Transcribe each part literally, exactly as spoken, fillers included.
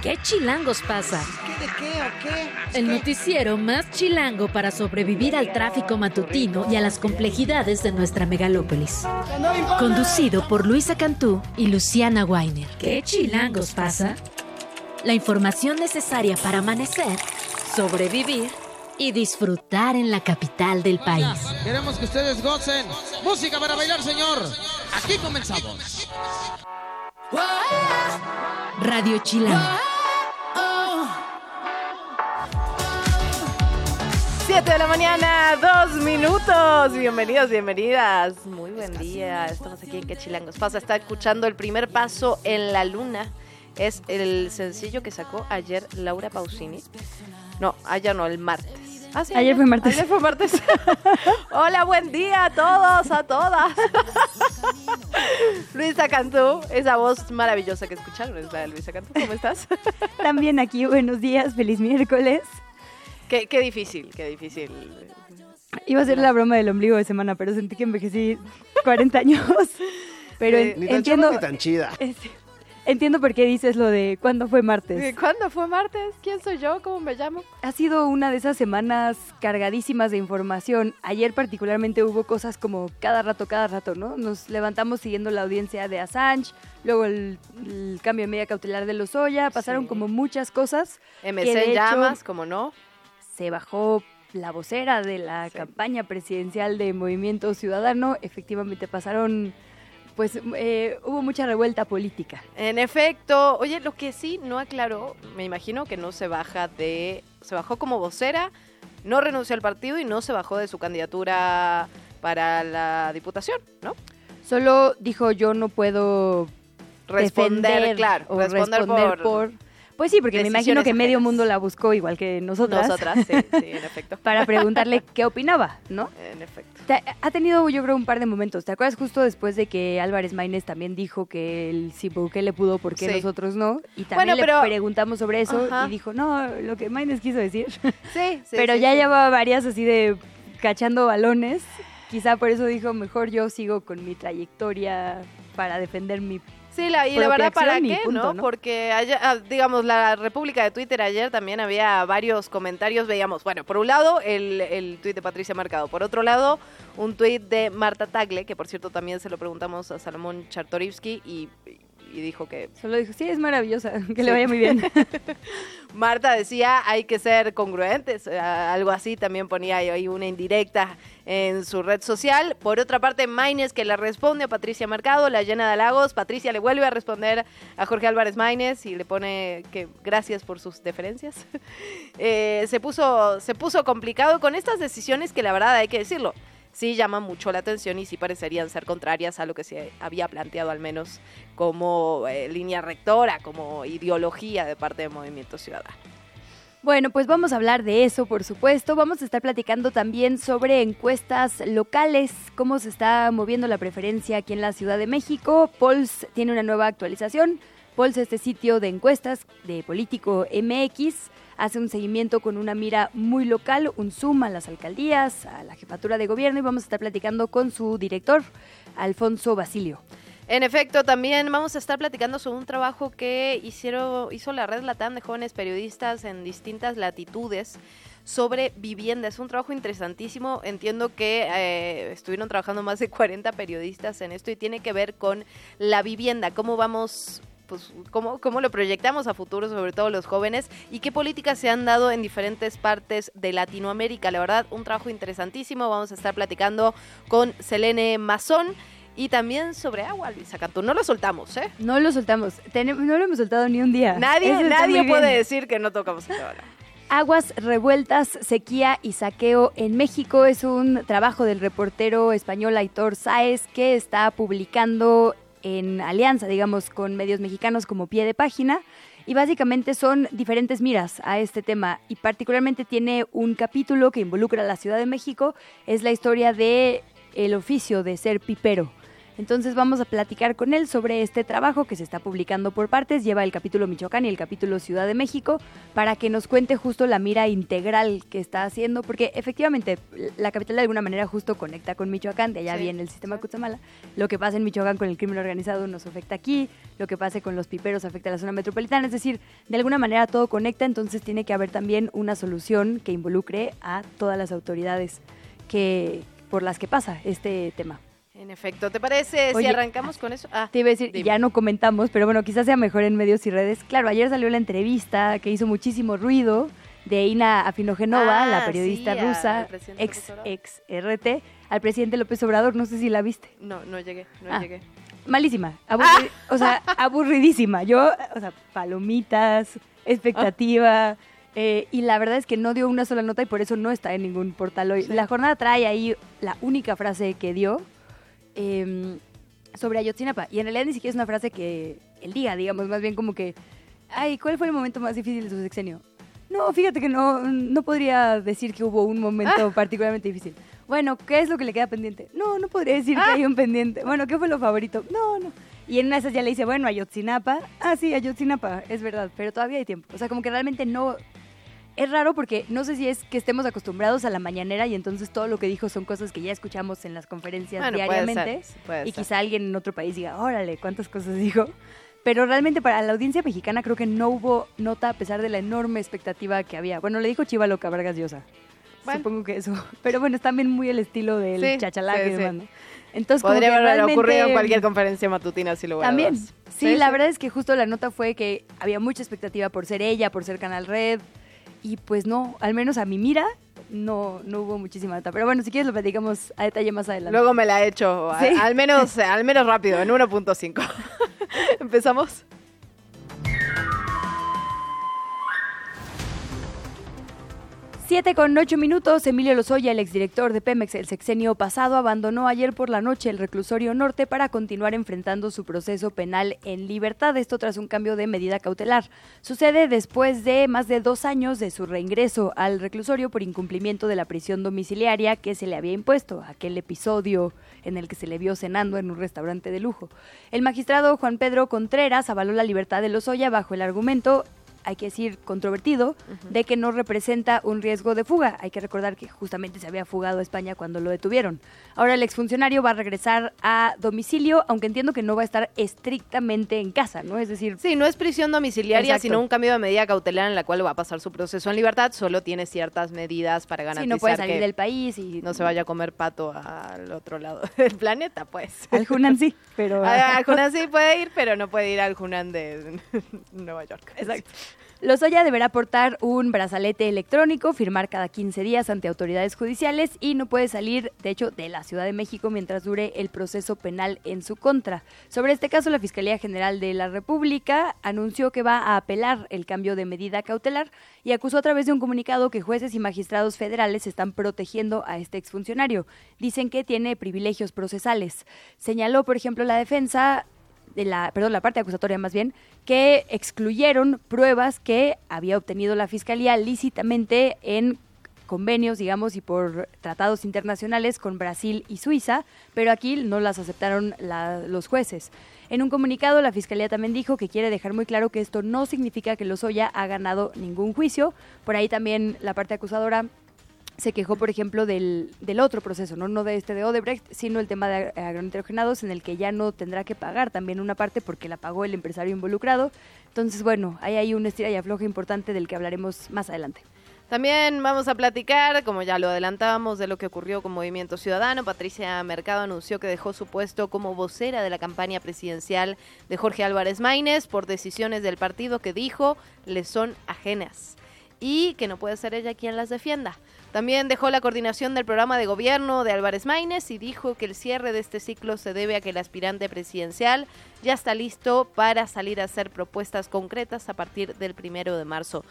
¿Qué chilangos pasa? ¿Qué, ¿De qué o qué? El noticiero más chilango para sobrevivir al tráfico matutino y a las complejidades de nuestra megalópolis. Conducido por Luisa Cantú y Luciana Weiner. ¿Qué chilangos pasa? La información necesaria para amanecer, sobrevivir y disfrutar en la capital del país. Queremos que ustedes gocen. Música para bailar, señor. Aquí comenzamos. Radio Chilango. siete de la mañana, dos minutos. Bienvenidos, bienvenidas. Muy buen día. Estamos aquí en ¿Qué chilangos pasa? Está escuchando El Primer Paso en la Luna. Es el sencillo que sacó ayer Laura Pausini. No, ayer no, el martes. Ah, sí, ayer fue martes. Ayer fue martes. Hola, buen día a todos, a todas. Luisa Cantú, esa voz maravillosa que escucharon es la de Luisa Cantú. ¿Cómo estás? También aquí, buenos días, feliz miércoles. Qué, qué difícil, qué difícil. Iba a ser la broma del ombligo de semana, pero sentí que envejecí cuarenta años. Pero eh, en, ni tan entiendo, chava, ni tan chida. Es, entiendo por qué dices lo de ¿cuándo fue martes? ¿Cuándo fue martes? ¿Quién soy yo? ¿Cómo me llamo? Ha sido una de esas semanas cargadísimas de información. Ayer particularmente hubo cosas como cada rato, cada rato, ¿no? Nos levantamos siguiendo la audiencia de Assange, luego el, el cambio de medida cautelar de Lozoya, pasaron sí. como muchas cosas. M C en llamas, como no. Se bajó la vocera de la sí. campaña presidencial de Movimiento Ciudadano. Efectivamente pasaron, pues eh, hubo mucha revuelta política. En efecto. Oye, lo que sí no aclaró, me imagino que no se baja de, se bajó como vocera, no renunció al partido y no se bajó de su candidatura para la diputación, ¿no? Solo dijo yo no puedo responder, defender, claro, o responder, responder por... por Pues sí, porque me imagino que ajenas. Medio Mundo la buscó igual que nosotras. Nosotras, sí, sí, en efecto. Para preguntarle qué opinaba, ¿no? En efecto. Te, ha tenido, yo creo, un par de momentos. ¿Te acuerdas justo después de que Álvarez Maínez también dijo que el, si Bukele pudo, ¿por qué sí. nosotros no? Y también bueno, pero, le preguntamos sobre eso ajá. y dijo, no, lo que Maínez quiso decir. Sí, sí. Pero sí, ya sí. llevaba varias así de cachando balones. Quizá por eso dijo, mejor yo sigo con mi trayectoria para defender mi Sí, la, y la verdad, ¿para qué? Punto, ¿no? ¿no? Porque, ayer, digamos, la República de Twitter ayer también había varios comentarios, veíamos, bueno, por un lado, el, el tuit de Patricia Mercado, por otro lado, un tuit de Marta Tagle, que por cierto también se lo preguntamos a Salomón Czartorivsky y, y dijo que... Solo dijo, sí, es maravillosa, que sí. le vaya muy bien. Marta decía, hay que ser congruentes, algo así, también ponía ahí una indirecta en su red social. Por otra parte, Maínez, que le responde a Patricia Mercado, la llena de halagos. Patricia le vuelve a responder a Jorge Álvarez Maínez y le pone que gracias por sus deferencias. eh, se puso, se puso complicado con estas decisiones que la verdad hay que decirlo, sí llaman mucho la atención y sí parecerían ser contrarias a lo que se había planteado al menos como eh, línea rectora, como ideología de parte del Movimiento Ciudadano. Bueno, pues vamos a hablar de eso, por supuesto. Vamos a estar platicando también sobre encuestas locales, cómo se está moviendo la preferencia aquí en la Ciudad de México. Polls tiene una nueva actualización. Polls, este sitio de encuestas de Político M X, hace un seguimiento con una mira muy local, un zoom a las alcaldías, a la jefatura de gobierno, y vamos a estar platicando con su director, Alfonso Basilio. En efecto, también vamos a estar platicando sobre un trabajo que hicieron, hizo la Red Latam de jóvenes periodistas en distintas latitudes sobre vivienda. Es un trabajo interesantísimo. Entiendo que eh, estuvieron trabajando más de cuarenta periodistas en esto y tiene que ver con la vivienda, cómo vamos... Pues, cómo, cómo lo proyectamos a futuro, sobre todo los jóvenes, y qué políticas se han dado en diferentes partes de Latinoamérica. La verdad, un trabajo interesantísimo. Vamos a estar platicando con Selene Mazón y también sobre agua, Luisa Cantú. No lo soltamos, ¿eh? No lo soltamos. Ten- no lo hemos soltado ni un día. Nadie, nadie puede decir que no tocamos el tema. Aguas revueltas, sequía y saqueo en México es un trabajo del reportero español Aitor Sáez que está publicando en alianza, digamos, con medios mexicanos como Pie de Página, y básicamente son diferentes miras a este tema, y particularmente tiene un capítulo que involucra a la Ciudad de México, es la historia de el oficio de ser pipero. Entonces vamos a platicar con él sobre este trabajo que se está publicando por partes, lleva el capítulo Michoacán y el capítulo Ciudad de México, para que nos cuente justo la mira integral que está haciendo, porque efectivamente la capital de alguna manera justo conecta con Michoacán, de allá sí, viene el sistema sí. Cutzamala. Lo que pasa en Michoacán con el crimen organizado nos afecta aquí, lo que pase con los piperos afecta a la zona metropolitana, es decir, de alguna manera todo conecta, entonces tiene que haber también una solución que involucre a todas las autoridades que, por las que pasa este tema. En efecto, ¿te parece Oye, si arrancamos con eso? Ah, te iba a decir, dime. Ya no comentamos, pero bueno, quizás sea mejor en medios y redes. Claro, ayer salió la entrevista que hizo muchísimo ruido de Ina Afinogenova, ah, la periodista sí, rusa, ex, ex R T, al presidente López Obrador, no sé si la viste. No, no llegué, no ah, llegué. Malísima, aburri- ah. o sea, aburridísima. Yo, o sea, palomitas, expectativa... Ah. Eh, y la verdad es que no dio una sola nota y por eso no está en ningún portal hoy. Sí. La jornada trae ahí la única frase que dio eh, sobre Ayotzinapa. Y en realidad ni siquiera es una frase que él diga, digamos, más bien como que, ay, ¿cuál fue el momento más difícil de su sexenio? No, fíjate que no, no podría decir que hubo un momento ah. particularmente difícil. Bueno, ¿qué es lo que le queda pendiente? No, no podría decir ah. que hay un pendiente. Bueno, ¿qué fue lo favorito? No, no. Y en una de esas ya le dice, bueno, Ayotzinapa. Ah, sí, Ayotzinapa, es verdad, pero todavía hay tiempo. O sea, como que realmente no... Es raro porque no sé si es que estemos acostumbrados a la mañanera y entonces todo lo que dijo son cosas que ya escuchamos en las conferencias bueno, diariamente. Puede ser, puede y ser. Quizá alguien en otro país diga, órale, ¿cuántas cosas dijo? Pero realmente para la audiencia mexicana creo que no hubo nota a pesar de la enorme expectativa que había. Bueno, le dijo Chiva Loca Vargas Llosa. Bueno. Supongo que eso. Pero bueno, es también muy el estilo del sí, chachalaque sí, y demás, sí. ¿no? Entonces, podría como que haber realmente... ocurrido en cualquier conferencia matutina si lo hubiera También, sí, sí, la verdad es que justo la nota fue que había mucha expectativa por ser ella, por ser Canal Red, y pues no, al menos a mi mira, no, no hubo muchísima nota. Pero bueno, si quieres lo platicamos a detalle más adelante. Luego me la he hecho, ¿sí? al, al menos al menos rápido, en uno punto cinco. ¿Empezamos? Siete con ocho minutos, Emilio Lozoya, el exdirector de Pemex el sexenio pasado, abandonó ayer por la noche el reclusorio norte para continuar enfrentando su proceso penal en libertad, esto tras un cambio de medida cautelar. Sucede después de más de dos años de su reingreso al reclusorio por incumplimiento de la prisión domiciliaria que se le había impuesto, aquel episodio en el que se le vio cenando en un restaurante de lujo. El magistrado Juan Pedro Contreras avaló la libertad de Lozoya bajo el argumento, hay que decir, controvertido, uh-huh. de que no representa un riesgo de fuga. Hay que recordar que justamente se había fugado a España cuando lo detuvieron. Ahora el exfuncionario va a regresar a domicilio, aunque entiendo que no va a estar estrictamente en casa, ¿no? Es decir... Sí, no es prisión domiciliaria, exacto. sino un cambio de medida cautelar en la cual va a pasar su proceso en libertad. Solo tiene ciertas medidas para garantizar que... Sí, no puede salir del país y... no se vaya a comer pato al otro lado del planeta, pues. Al Hunan sí, pero... Al Hunan sí puede ir, pero no puede ir al Hunan de Nueva York. Exacto. Lozoya deberá portar un brazalete electrónico, firmar cada quince días ante autoridades judiciales y no puede salir, de hecho, de la Ciudad de México mientras dure el proceso penal en su contra. Sobre este caso, la Fiscalía General de la República anunció que va a apelar el cambio de medida cautelar y acusó a través de un comunicado que jueces y magistrados federales están protegiendo a este exfuncionario. Dicen que tiene privilegios procesales. Señaló, por ejemplo, la defensa... de la, perdón, la parte acusatoria más bien, que excluyeron pruebas que había obtenido la Fiscalía lícitamente en convenios, digamos, y por tratados internacionales con Brasil y Suiza, pero aquí no las aceptaron la, los jueces. En un comunicado, la Fiscalía también dijo que quiere dejar muy claro que esto no significa que Lozoya ha ganado ningún juicio. Por ahí también la parte acusadora se quejó, por ejemplo, del, del otro proceso, ¿no? no de este de Odebrecht, sino el tema de agronitrogenados, en el que ya no tendrá que pagar también una parte porque la pagó el empresario involucrado. Entonces, bueno, hay ahí un estira y afloja importante del que hablaremos más adelante. También vamos a platicar, como ya lo adelantábamos, de lo que ocurrió con Movimiento Ciudadano. Patricia Mercado anunció que dejó su puesto como vocera de la campaña presidencial de Jorge Álvarez Maínez por decisiones del partido que dijo le son ajenas y que no puede ser ella quien las defienda. También dejó la coordinación del programa de gobierno de Álvarez Maínez y dijo que el cierre de este ciclo se debe a que el aspirante presidencial ya está listo para salir a hacer propuestas concretas a partir del primero de marzo.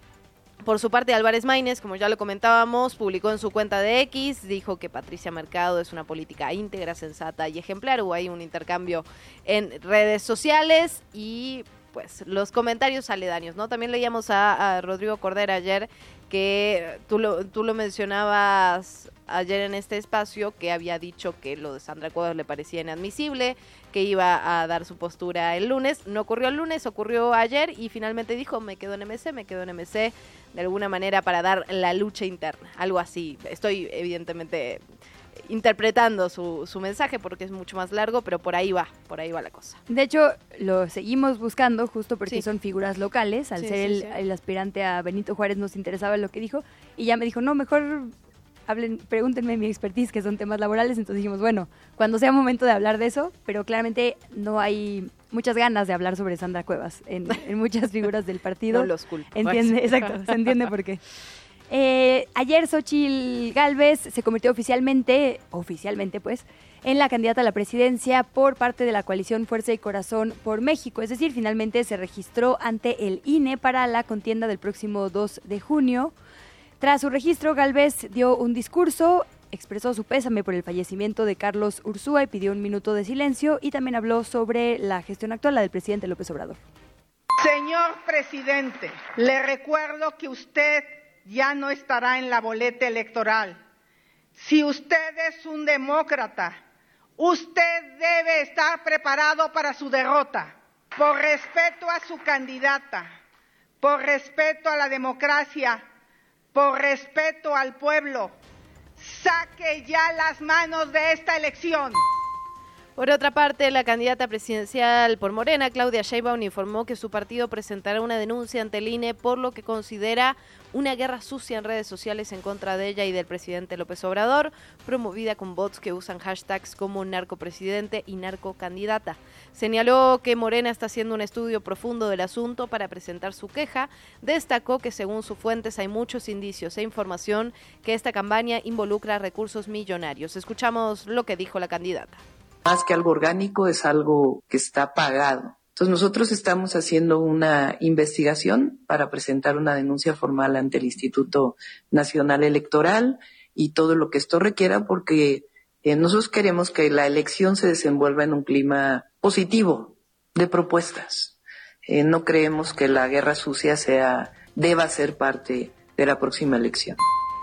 Por su parte, Álvarez Maínez, como ya lo comentábamos, publicó en su cuenta de X, dijo que Patricia Mercado es una política íntegra, sensata y ejemplar. Hubo ahí un intercambio en redes sociales y pues los comentarios aledaños, ¿no? También leíamos a, a Rodrigo Cordera ayer, que tú lo, tú lo mencionabas ayer en este espacio, que había dicho que lo de Sandra Cuevas le parecía inadmisible, que iba a dar su postura el lunes. No ocurrió el lunes, ocurrió ayer y finalmente dijo, me quedo en M C, me quedo en M C de alguna manera para dar la lucha interna, algo así. Estoy evidentemente interpretando su, su mensaje porque es mucho más largo, pero por ahí va, por ahí va la cosa. De hecho, lo seguimos buscando justo porque sí. son figuras locales, al sí, ser sí, el, sí. el aspirante a Benito Juárez nos interesaba lo que dijo y ya me dijo, no, mejor hablen, pregúntenme mi expertise, que son temas laborales, entonces dijimos, bueno, cuando sea momento de hablar de eso, pero claramente no hay muchas ganas de hablar sobre Sandra Cuevas en, en muchas figuras del partido. No los culpo. Entiende, exacto, se entiende por qué. Eh, ayer Xóchitl Gálvez se convirtió oficialmente, oficialmente pues, en la candidata a la presidencia por parte de la coalición Fuerza y Corazón por México. Es decir, finalmente se registró ante el I N E para la contienda del próximo dos de junio. Tras su registro, Gálvez dio un discurso, expresó su pésame por el fallecimiento de Carlos Ursúa y pidió un minuto de silencio y también habló sobre la gestión actual, la del presidente López Obrador. Señor presidente, le recuerdo que usted ya no estará en la boleta electoral. Si usted es un demócrata, usted debe estar preparado para su derrota. Por respeto a su candidata, por respeto a la democracia, por respeto al pueblo, saque ya las manos de esta elección. Por otra parte, la candidata presidencial por Morena, Claudia Sheinbaum, informó que su partido presentará una denuncia ante el I N E por lo que considera una guerra sucia en redes sociales en contra de ella y del presidente López Obrador, promovida con bots que usan hashtags como narcopresidente y narcocandidata. Señaló que Morena está haciendo un estudio profundo del asunto para presentar su queja. Destacó que según sus fuentes hay muchos indicios e información que esta campaña involucra recursos millonarios. Escuchamos lo que dijo la candidata. Más que algo orgánico, es algo que está pagado. Entonces nosotros estamos haciendo una investigación para presentar una denuncia formal ante el Instituto Nacional Electoral y todo lo que esto requiera, porque eh, nosotros queremos que la elección se desenvuelva en un clima positivo de propuestas. Eh, no creemos que la guerra sucia sea, deba ser parte de la próxima elección.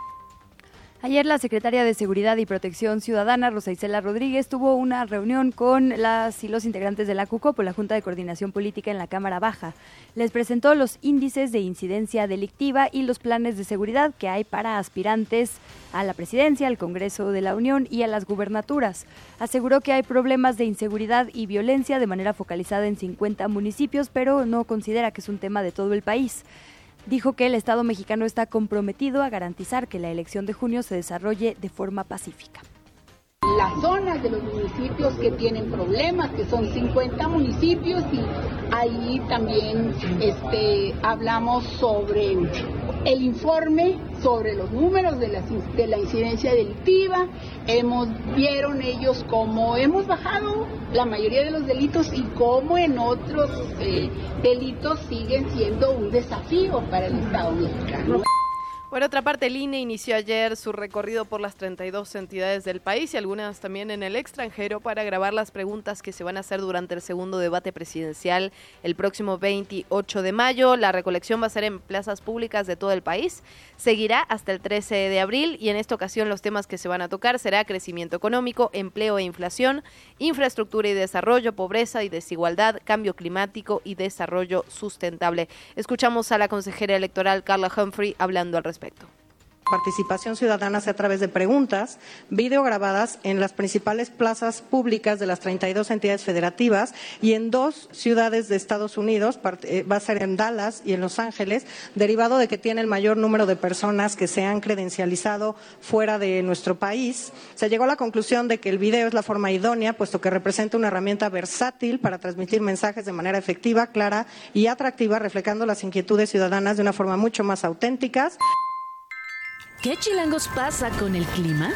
Ayer la secretaria de Seguridad y Protección Ciudadana, Rosa Isela Rodríguez, tuvo una reunión con las y los integrantes de la CUCOPO, la Junta de Coordinación Política en la Cámara Baja. Les presentó los índices de incidencia delictiva y los planes de seguridad que hay para aspirantes a la presidencia, al Congreso de la Unión y a las gubernaturas. Aseguró que hay problemas de inseguridad y violencia de manera focalizada en cincuenta municipios, pero no considera que es un tema de todo el país. Dijo que el Estado mexicano está comprometido a garantizar que la elección de junio se desarrolle de forma pacífica. Las zonas de los municipios que tienen problemas, que son cincuenta municipios, y ahí también este, hablamos sobre el informe, sobre los números de la, de la incidencia delictiva. Hemos, vieron ellos cómo hemos bajado la mayoría de los delitos y cómo en otros eh, delitos siguen siendo un desafío para el Estado mexicano. Por otra parte, el I N E inició ayer su recorrido por las treinta y dos entidades del país y algunas también en el extranjero para grabar las preguntas que se van a hacer durante el segundo debate presidencial el próximo veintiocho de mayo. La recolección va a ser en plazas públicas de todo el país. Seguirá hasta el trece de abril y en esta ocasión los temas que se van a tocar será crecimiento económico, empleo e inflación, infraestructura y desarrollo, pobreza y desigualdad, cambio climático y desarrollo sustentable. Escuchamos a la consejera electoral Carla Humphrey hablando al respecto. Participación ciudadana a través de preguntas, videograbadas en las principales plazas públicas de las treinta y dos entidades federativas y en dos ciudades de Estados Unidos, va a ser en Dallas y en Los Ángeles, derivado de que tiene el mayor número de personas que se han credencializado fuera de nuestro país. Se llegó a la conclusión de que el video es la forma idónea, puesto que representa una herramienta versátil para transmitir mensajes de manera efectiva, clara y atractiva, reflejando las inquietudes ciudadanas de una forma mucho más auténtica. ¿Qué chilangos pasa con el clima?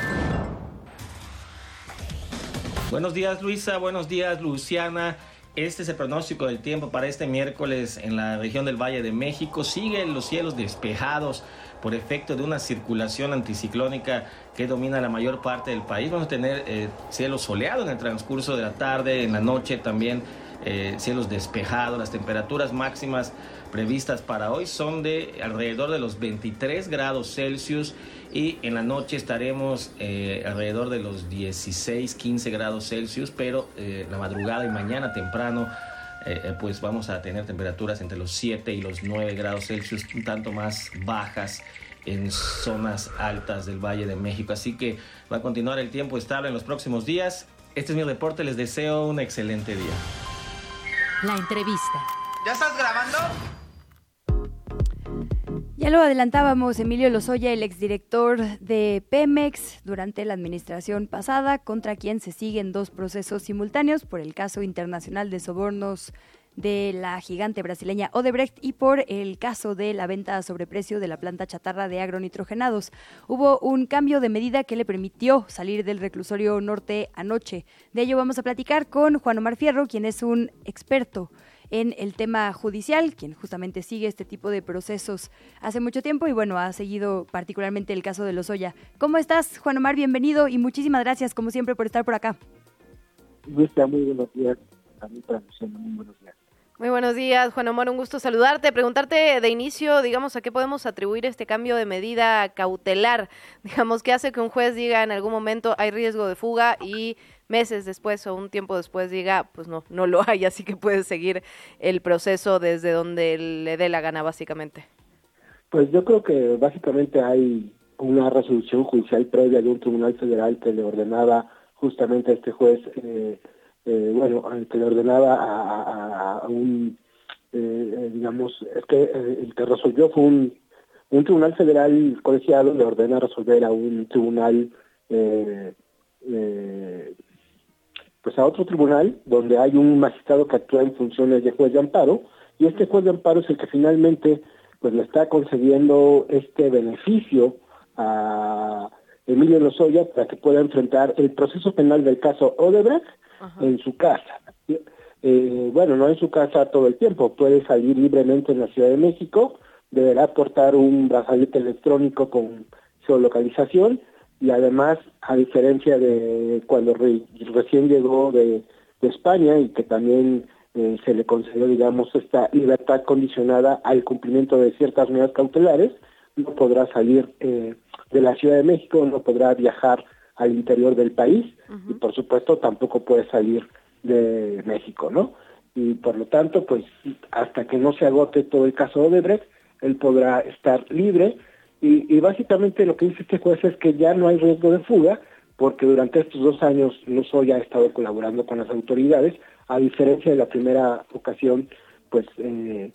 Buenos días, Luisa. Buenos días, Luciana. Este es el pronóstico del tiempo para este miércoles en la región del Valle de México. Siguen los cielos despejados por efecto de una circulación anticiclónica que domina la mayor parte del país. Vamos a tener eh, cielo soleado en el transcurso de la tarde, en la noche también eh, cielos despejados. Las temperaturas máximas previstas para hoy son de alrededor de los veintitrés grados Celsius y en la noche estaremos eh, alrededor de los dieciséis, quince grados Celsius, pero eh, la madrugada y mañana temprano eh, pues vamos a tener temperaturas entre los siete y los nueve grados Celsius, un tanto más bajas en zonas altas del Valle de México. Así que va a continuar el tiempo estable en los próximos días. Este es mi reporte, les deseo un excelente día. La entrevista. ¿Ya estás grabando? Ya lo adelantábamos, Emilio Lozoya, el exdirector de Pemex durante la administración pasada, contra quien se siguen dos procesos simultáneos por el caso internacional de sobornos de la gigante brasileña Odebrecht y por el caso de la venta a sobreprecio de la planta chatarra de agronitrogenados. Hubo un cambio de medida que le permitió salir del reclusorio norte anoche. De ello vamos a platicar con Juan Omar Fierro, quien es un experto en el tema judicial, quien justamente sigue este tipo de procesos hace mucho tiempo y bueno, ha seguido particularmente el caso de Lozoya. ¿Cómo estás, Juan Omar? Bienvenido y muchísimas gracias, como siempre, por estar por acá. Luisa, muy buenos días. También para Luciano, muy buenos días. Muy buenos días, Juan Omar, un gusto saludarte, preguntarte de inicio, digamos, a qué podemos atribuir este cambio de medida cautelar, digamos, ¿qué hace que un juez diga en algún momento hay riesgo de fuga y meses después o un tiempo después diga, pues no, no lo hay, así que puede seguir el proceso desde donde le dé la gana, básicamente? Pues yo creo que básicamente hay una resolución judicial previa de un tribunal federal que le ordenaba justamente a este juez, eh, eh, bueno, que le ordenaba a, a, a un, eh, digamos, es que eh, el que resolvió fue un, un tribunal federal colegiado, le ordena resolver a un tribunal eh, eh, pues a otro tribunal donde hay un magistrado que actúa en funciones de juez de amparo, y este juez de amparo es el que finalmente pues le está concediendo este beneficio a Emilio Lozoya para que pueda enfrentar el proceso penal del caso Odebrecht. Ajá. En su casa. Eh, bueno, no en su casa todo el tiempo, puede salir libremente en la Ciudad de México, deberá portar un brazalete electrónico con geolocalización y además, a diferencia de cuando re, recién llegó de, de España y que también eh, se le concedió, digamos, esta libertad condicionada al cumplimiento de ciertas medidas cautelares, no podrá salir eh, de la Ciudad de México, no podrá viajar al interior del país, uh-huh. y por supuesto tampoco puede salir de México, ¿no? Y por lo tanto, pues hasta que no se agote todo el caso Odebrecht, él podrá estar libre. Y, y básicamente lo que dice este juez es que ya no hay riesgo de fuga, porque durante estos dos años Lozoya ha estado colaborando con las autoridades, a diferencia de la primera ocasión, pues eh,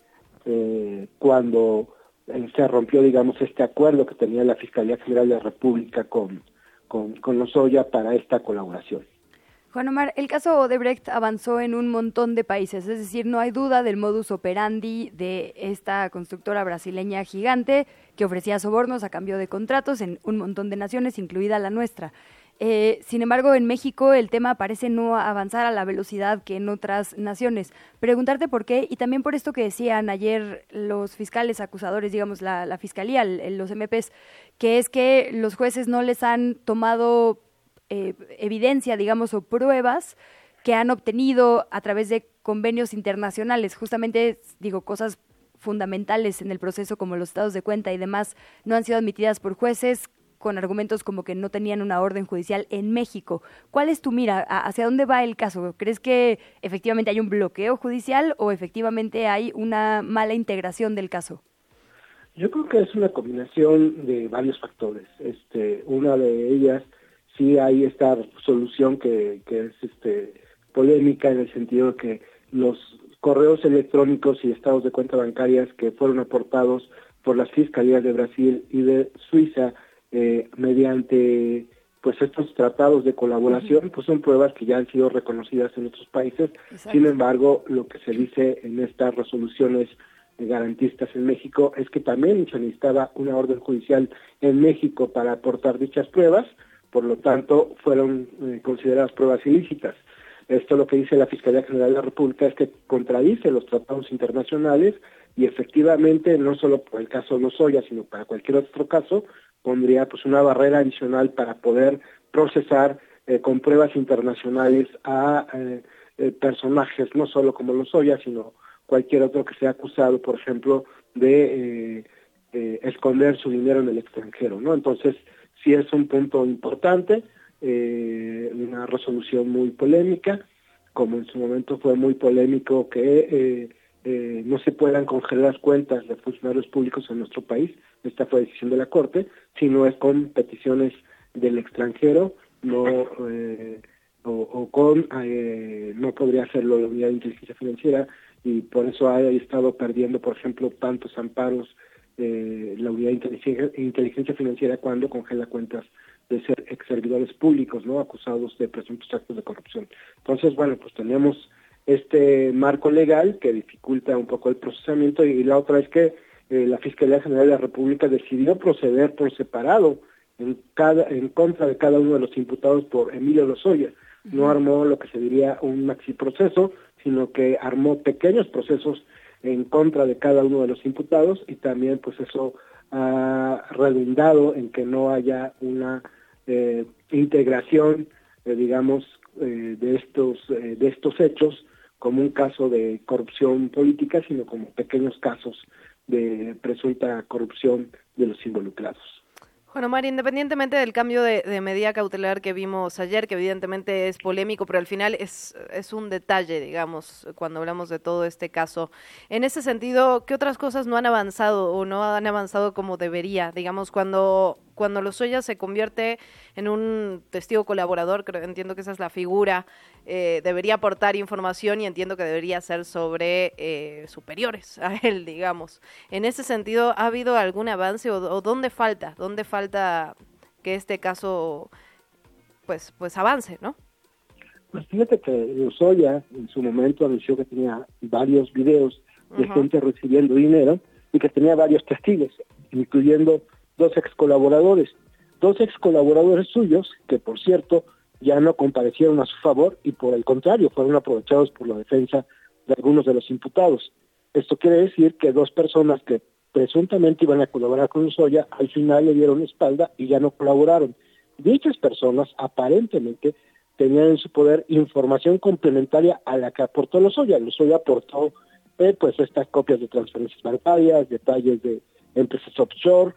eh, cuando eh, se rompió, digamos, este acuerdo que tenía la Fiscalía General de la República con, con, con Lozoya para esta colaboración. Juan Omar, el caso Odebrecht avanzó en un montón de países, es decir, no hay duda del modus operandi de esta constructora brasileña gigante que ofrecía sobornos a cambio de contratos en un montón de naciones, incluida la nuestra. Eh, sin embargo, en México el tema parece no avanzar a la velocidad que en otras naciones. Preguntarte por qué y también por esto que decían ayer los fiscales acusadores, digamos la, la fiscalía, el, los M Pes, que es que los jueces no les han tomado Eh, evidencia, digamos, o pruebas que han obtenido a través de convenios internacionales, justamente, digo, cosas fundamentales en el proceso como los estados de cuenta y demás, no han sido admitidas por jueces con argumentos como que no tenían una orden judicial en México. ¿Cuál es tu mira? ¿Hacia dónde va el caso? ¿Crees que efectivamente hay un bloqueo judicial o efectivamente hay una mala integración del caso? Yo creo que es una combinación de varios factores. Este, una de ellas, sí hay esta solución que, que es este polémica en el sentido de que los correos electrónicos y estados de cuenta bancarias que fueron aportados por las fiscalías de Brasil y de Suiza eh, mediante pues estos tratados de colaboración, uh-huh. pues son pruebas que ya han sido reconocidas en otros países. Exacto. Sin embargo, lo que se dice en estas resoluciones garantistas en México es que también se necesitaba una orden judicial en México para aportar dichas pruebas. Por lo tanto, fueron eh, consideradas pruebas ilícitas. Esto lo que dice la Fiscalía General de la República es que contradice los tratados internacionales y efectivamente, no solo por el caso Lozoya, sino para cualquier otro caso, pondría pues una barrera adicional para poder procesar eh, con pruebas internacionales a eh, eh, personajes, no solo como Lozoya, sino cualquier otro que sea acusado, por ejemplo, de eh, eh, esconder su dinero en el extranjero, ¿no? Entonces, sí es un punto importante, eh, una resolución muy polémica, como en su momento fue muy polémico que eh, eh, no se puedan congelar las cuentas de funcionarios públicos en nuestro país. Esta fue decisión de la Corte, si no es con peticiones del extranjero, no eh, o, o con, eh, no podría hacerlo la Unidad de Inteligencia Financiera, y por eso ha estado perdiendo, por ejemplo, tantos amparos eh, la Unidad de Inteligencia, Inteligencia Financiera cuando congela cuentas de ser ex servidores públicos, ¿no?, acusados de presuntos actos de corrupción. Entonces, bueno, pues tenemos este marco legal que dificulta un poco el procesamiento, y la otra es que eh, la Fiscalía General de la República decidió proceder por separado en cada en contra de cada uno de los imputados por Emilio Lozoya. No armó lo que se diría un maxiproceso, sino que armó pequeños procesos en contra de cada uno de los imputados, y también pues eso ha redundado en que no haya una eh, integración, eh, digamos, eh, de estos eh, de estos hechos como un caso de corrupción política, sino como pequeños casos de presunta corrupción de los involucrados. Juan Omar, independientemente del cambio de, de medida cautelar que vimos ayer, que evidentemente es polémico, pero al final es, es un detalle, digamos, cuando hablamos de todo este caso. En ese sentido, ¿qué otras cosas no han avanzado o no han avanzado como debería? Digamos, cuando, cuando Lozoya se convierte en un testigo colaborador, creo, entiendo que esa es la figura, eh, debería aportar información, y entiendo que debería ser sobre eh, superiores a él, digamos. En ese sentido, ¿ha habido algún avance o, o dónde falta? ¿Dónde falta que este caso pues pues avance, ¿no? Pues fíjate que Lozoya en su momento anunció que tenía varios videos de uh-huh. gente recibiendo dinero, y que tenía varios testigos, incluyendo dos ex colaboradores, dos ex colaboradores suyos, que por cierto ya no comparecieron a su favor, y por el contrario fueron aprovechados por la defensa de algunos de los imputados. Esto quiere decir que dos personas que presuntamente iban a colaborar con Lozoya, al final le dieron espalda y ya no colaboraron. Dichas personas aparentemente tenían en su poder información complementaria a la que aportó Lozoya. Lozoya aportó eh, pues estas copias de transferencias bancarias, detalles de empresas offshore,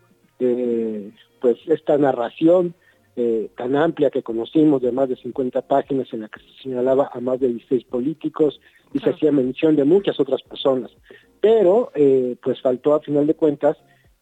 eh, pues esta narración eh, tan amplia que conocimos de más de cincuenta páginas en la que se señalaba a más de dieciséis políticos y se hacía mención de muchas otras personas. Pero eh, pues faltó a final de cuentas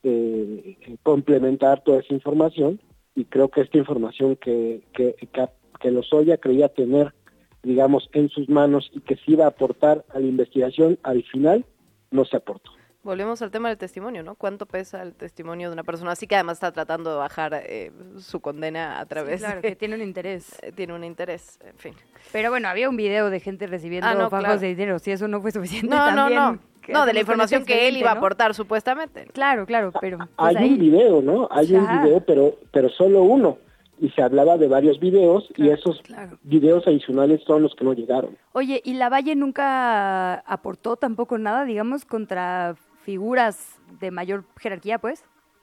eh, complementar toda esa información, y creo que esta información que, que, que, que Lozoya creía tener, digamos, en sus manos y que se iba a aportar a la investigación, al final no se aportó. Volvemos al tema del testimonio, ¿no? ¿Cuánto pesa el testimonio de una persona así que además está tratando de bajar eh, su condena a través sí, claro, de... que tiene un interés. Eh, tiene un interés, en fin. Pero bueno, había un video de gente recibiendo ah, no, fajos claro. de dinero. Si eso no fue suficiente no, también... No, no, no. de la información que él iba a aportar, ¿no? Supuestamente. Claro, claro, pero... Pues hay ahí... un video, ¿no? Hay ya. un video, pero pero solo uno. Y se hablaba de varios videos, claro, y esos claro. videos adicionales son los que no llegaron. Oye, ¿y Lavalle nunca aportó tampoco nada, digamos, contra figuras de mayor jerarquía, pues?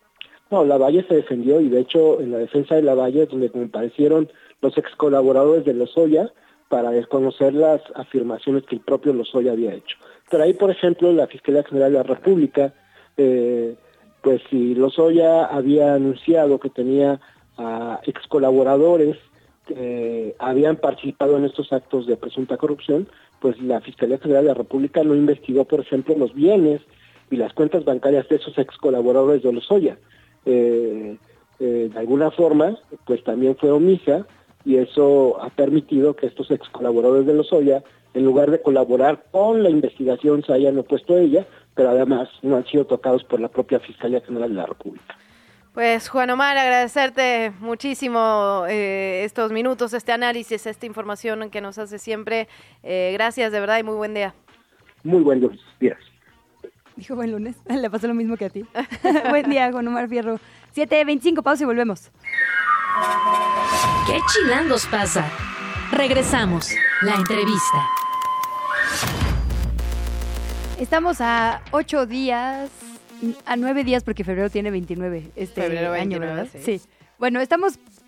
No, Lavalle se defendió, y de hecho en la defensa de Lavalle es donde comparecieron los ex colaboradores de Lozoya para desconocer las afirmaciones que el propio Lozoya había hecho. Pero ahí, por ejemplo, la Fiscalía General de la República, eh, pues si Lozoya había anunciado que tenía a ex colaboradores que habían participado en estos actos de presunta corrupción, pues la Fiscalía General de la República no investigó, por ejemplo, los bienes y las cuentas bancarias de esos ex colaboradores de Lozoya. Eh, eh, de alguna forma, pues también fue omisa, y eso ha permitido que estos ex colaboradores de Lozoya, en lugar de colaborar con la investigación, se hayan opuesto a ella, pero además no han sido tocados por la propia Fiscalía General de la República. Pues Juan Omar, agradecerte muchísimo eh, estos minutos, este análisis, esta información que nos hace siempre. Eh, gracias, de verdad, y muy buen día. Muy buen día. Dijo buen lunes, le pasó lo mismo que a ti. Buen día, Juan Omar Fierro. siete veinticinco, pausa y volvemos. ¿Qué chilangos pasa? Regresamos, la entrevista. Estamos a ocho días... A nueve días, porque febrero tiene veintinueve este febrero año, veintinueve, ¿verdad? Sí. sí. Bueno, estamos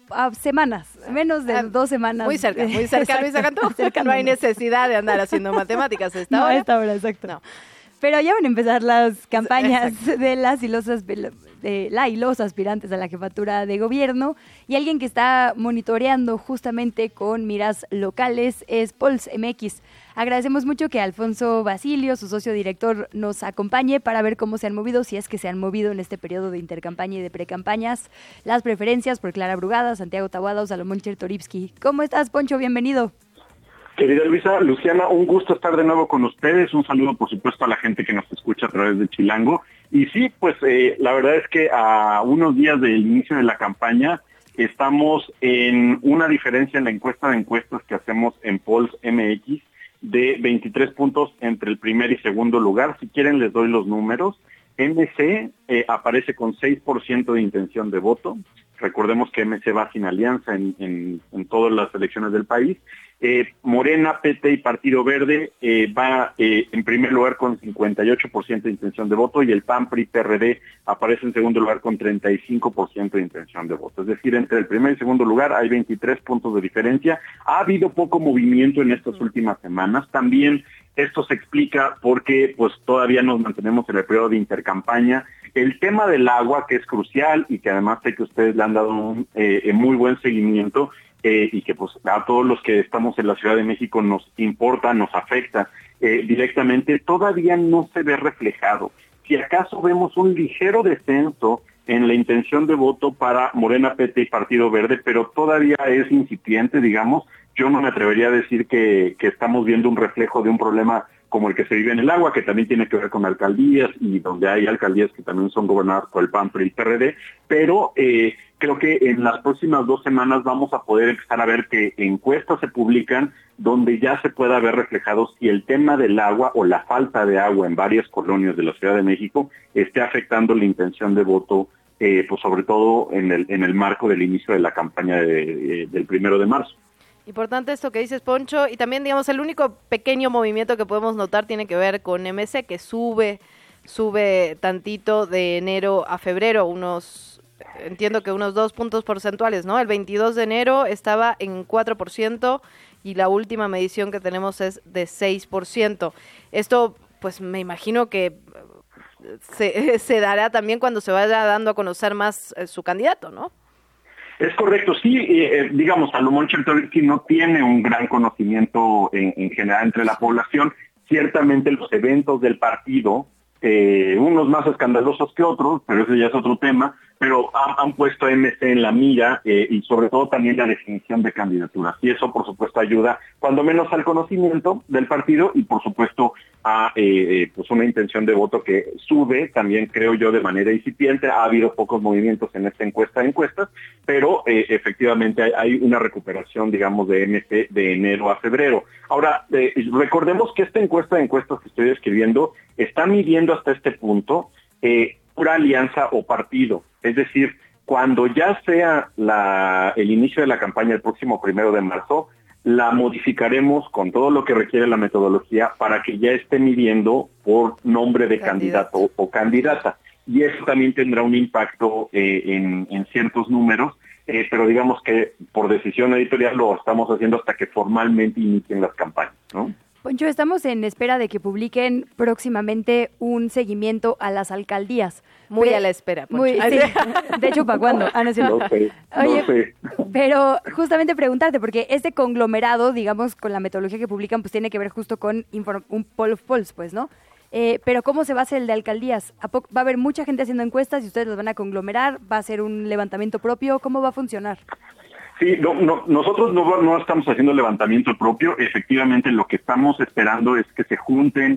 a semanas, menos de ah, dos semanas. Muy cerca, muy cerca, Luisa Cantú. No hay necesidad de andar haciendo matemáticas a esta no, hora. No, a esta hora, exacto. No. Pero ya van a empezar las campañas exacto. de las y los de la y los aspirantes a la jefatura de gobierno, y alguien que está monitoreando justamente con miras locales es Pulse M X. Agradecemos mucho que Alfonso Basilio, su socio director, nos acompañe para ver cómo se han movido, si es que se han movido en este periodo de intercampaña y de precampañas, las preferencias por Clara Brugada, Santiago Taboada o Salomón Chertorivsky. ¿Cómo estás, Poncho? Bienvenido. Querida Luisa, Luciana, un gusto estar de nuevo con ustedes. Un saludo, por supuesto, a la gente que nos escucha a través de Chilango. Y sí, pues eh, la verdad es que a unos días del inicio de la campaña estamos en una diferencia en la encuesta de encuestas que hacemos en Pulse M X de veintitrés puntos entre el primer y segundo lugar. Si quieren les doy los números. M C eh, aparece con seis por ciento de intención de voto. Recordemos que M C va sin alianza en, en, en todas las elecciones del país. Eh, Morena, P T y Partido Verde eh, va eh, en primer lugar con cincuenta y ocho por ciento de intención de voto, y el P A N, P R I, P R D aparece en segundo lugar con treinta y cinco por ciento de intención de voto. Es decir, entre el primer y segundo lugar hay veintitrés puntos de diferencia. Ha habido poco movimiento en estas últimas semanas. También esto se explica porque pues todavía nos mantenemos en el periodo de intercampaña. El tema del agua, que es crucial y que además sé que ustedes le han dado un eh, muy buen seguimiento, Eh, y que pues a todos los que estamos en la Ciudad de México nos importa, nos afecta eh, directamente, todavía no se ve reflejado. Si acaso vemos un ligero descenso en la intención de voto para Morena, P T y Partido Verde, pero todavía es incipiente, digamos. Yo no me atrevería a decir que, que estamos viendo un reflejo de un problema como el que se vive en el agua, que también tiene que ver con alcaldías, y donde hay alcaldías que también son gobernadas por el P A N, P R I y P R D, pero eh, creo que en las próximas dos semanas vamos a poder empezar a ver que encuestas se publican donde ya se pueda ver reflejado si el tema del agua o la falta de agua en varias colonias de la Ciudad de México esté afectando la intención de voto, eh, pues sobre todo en el, en el marco del inicio de la campaña de, de, del primero de marzo. Importante esto que dices, Poncho, y también, digamos, el único pequeño movimiento que podemos notar tiene que ver con M C, que sube, sube tantito de enero a febrero, unos, entiendo que unos dos puntos porcentuales, ¿no? El veintidós de enero estaba en cuatro por ciento y la última medición que tenemos es de seis por ciento. Esto, pues, me imagino que se, se dará también cuando se vaya dando a conocer más eh, su candidato, ¿no? Es correcto, sí, eh, digamos, Salomón Chertorivsky no tiene un gran conocimiento en, en general entre la población. Ciertamente los eventos del partido, eh, unos más escandalosos que otros, pero ese ya es otro tema, pero han, han puesto a M C en la mira eh, y sobre todo también la definición de candidaturas. Y eso, por supuesto, ayuda cuando menos al conocimiento del partido y, por supuesto, a eh, pues una intención de voto que sube, también creo yo, de manera incipiente. Ha habido pocos movimientos en esta encuesta de encuestas, pero eh, efectivamente hay, hay una recuperación, digamos, de M C de enero a febrero. Ahora, eh, recordemos que esta encuesta de encuestas que estoy describiendo está midiendo hasta este punto eh, pura alianza o partido. Es decir, cuando ya sea la, el inicio de la campaña el próximo primero de marzo, la modificaremos con todo lo que requiere la metodología para que ya esté midiendo por nombre de candidato, candidato o, o candidata. Y eso también tendrá un impacto eh, en, en ciertos números, eh, pero digamos que por decisión editorial lo estamos haciendo hasta que formalmente inicien las campañas, ¿no? Poncho, estamos en espera de que publiquen próximamente un seguimiento a las alcaldías. Muy Pre- a la espera, Poncho. Muy, sí. De hecho, ¿para cuándo? Ah, no, es no sé, Oye, no sé. Pero justamente preguntarte, porque este conglomerado, digamos, con la metodología que publican, pues tiene que ver justo con inform- un poll of polls, pues, ¿no? Eh, pero ¿cómo se va a hacer el de alcaldías? ¿A poco va a haber mucha gente haciendo encuestas y ustedes las van a conglomerar? ¿Va a ser un levantamiento propio? ¿Cómo va a funcionar? Sí, no, no, nosotros no, no estamos haciendo levantamiento propio. Efectivamente, lo que estamos esperando es que se junten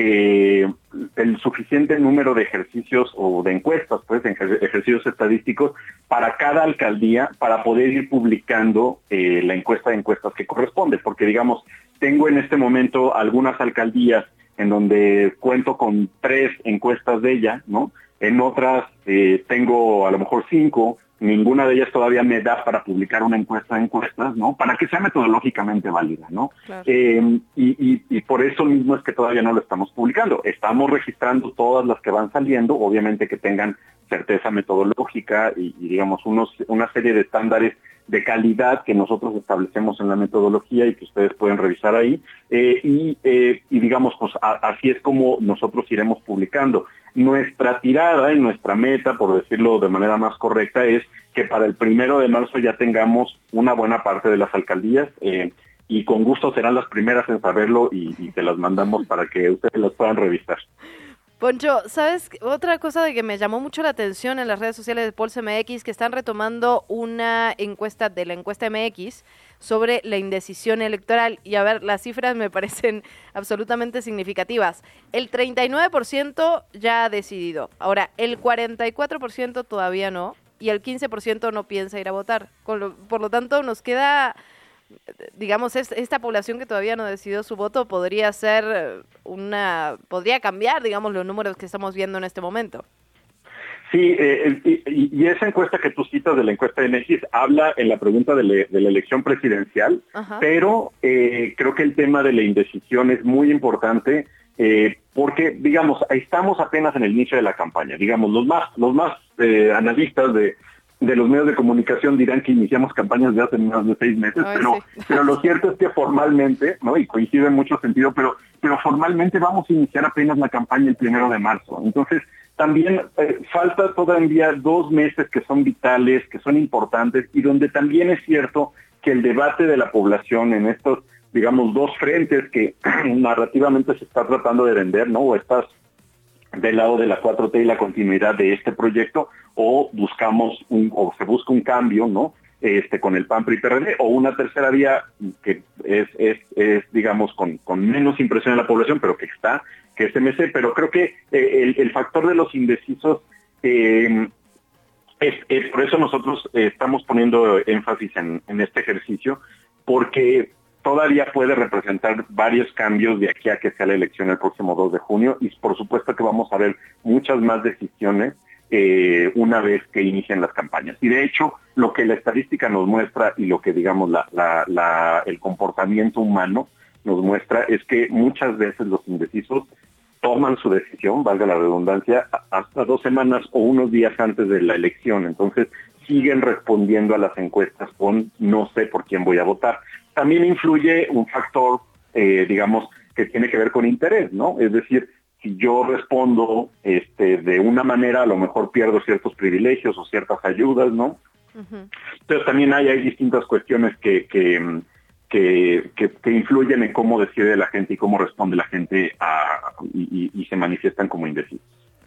eh, el suficiente número de ejercicios o de encuestas, pues, ejer- ejercicios estadísticos para cada alcaldía para poder ir publicando eh, la encuesta de encuestas que corresponde. Porque, digamos, tengo en este momento algunas alcaldías en donde cuento con tres encuestas de ella, ¿no? en otras eh, tengo a lo mejor cinco, ninguna de ellas todavía me da para publicar una encuesta de encuestas, ¿no? Para que sea metodológicamente válida, ¿no? Claro. Eh, y, y, y por eso mismo es que todavía no lo estamos publicando. Estamos registrando todas las que van saliendo, obviamente que tengan certeza metodológica y, y digamos, unos, una serie de estándares de calidad que nosotros establecemos en la metodología y que ustedes pueden revisar ahí, eh, y, eh, y digamos, pues a, así es como nosotros iremos publicando. Nuestra tirada y nuestra meta, por decirlo de manera más correcta, es que para el primero de marzo ya tengamos una buena parte de las alcaldías, eh, y con gusto serán las primeras en saberlo y, y te las mandamos para que ustedes las puedan revisar. Poncho, ¿sabes? Otra cosa de que me llamó mucho la atención en las redes sociales de Pulse M X, que están retomando una encuesta de la encuesta M X sobre la indecisión electoral. Y a ver, las cifras me parecen absolutamente significativas. El treinta y nueve por ciento ya ha decidido. Ahora, el cuarenta y cuatro por ciento todavía no. Y el quince por ciento no piensa ir a votar. Con lo, por lo tanto, nos queda, digamos, es, esta población que todavía no decidió su voto podría ser una, podría cambiar, digamos, los números que estamos viendo en este momento. Sí, eh, y, y esa encuesta que tú citas de la encuesta de M X habla en la pregunta de, le, de la elección presidencial, Ajá. pero eh, creo que el tema de la indecisión es muy importante, eh, porque, digamos, estamos apenas en el inicio de la campaña. Digamos, los más, los más eh, analistas de de los medios de comunicación dirán que iniciamos campañas de hace menos de seis meses, Ay, pero sí. pero lo cierto es que formalmente, ¿no? Y coincide en mucho sentido, pero pero formalmente vamos a iniciar apenas la campaña el primero de marzo. Entonces, también eh, falta todavía dos meses que son vitales, que son importantes, y donde también es cierto que el debate de la población en estos, digamos, dos frentes que narrativamente se está tratando de vender, ¿no? O estas del lado de la cuatro T y la continuidad de este proyecto, o buscamos un, o se busca un cambio, ¿no? Este, con el P A N, P R I, P R D, o una tercera vía que es, es, es digamos, con, con menos impresión en la población, pero que está, que es M C, pero creo que eh, el, el factor de los indecisos, eh, es, es, por eso nosotros eh, estamos poniendo énfasis en, en este ejercicio, porque todavía puede representar varios cambios de aquí a que sea la elección el próximo dos de junio, y por supuesto que vamos a ver muchas más decisiones eh, una vez que inicien las campañas. Y de hecho, lo que la estadística nos muestra y lo que, digamos, la, la, la, el comportamiento humano nos muestra es que muchas veces los indecisos toman su decisión, valga la redundancia, hasta dos semanas o unos días antes de la elección. Entonces, siguen respondiendo a las encuestas con no sé por quién voy a votar. También influye un factor, eh, digamos, que tiene que ver con interés, ¿no? Es decir, si yo respondo este, de una manera, a lo mejor pierdo ciertos privilegios o ciertas ayudas, ¿no? Uh-huh. Entonces también hay, hay distintas cuestiones que, que, que, que, que influyen en cómo decide la gente y cómo responde la gente a, y, y, y se manifiestan como indecisos.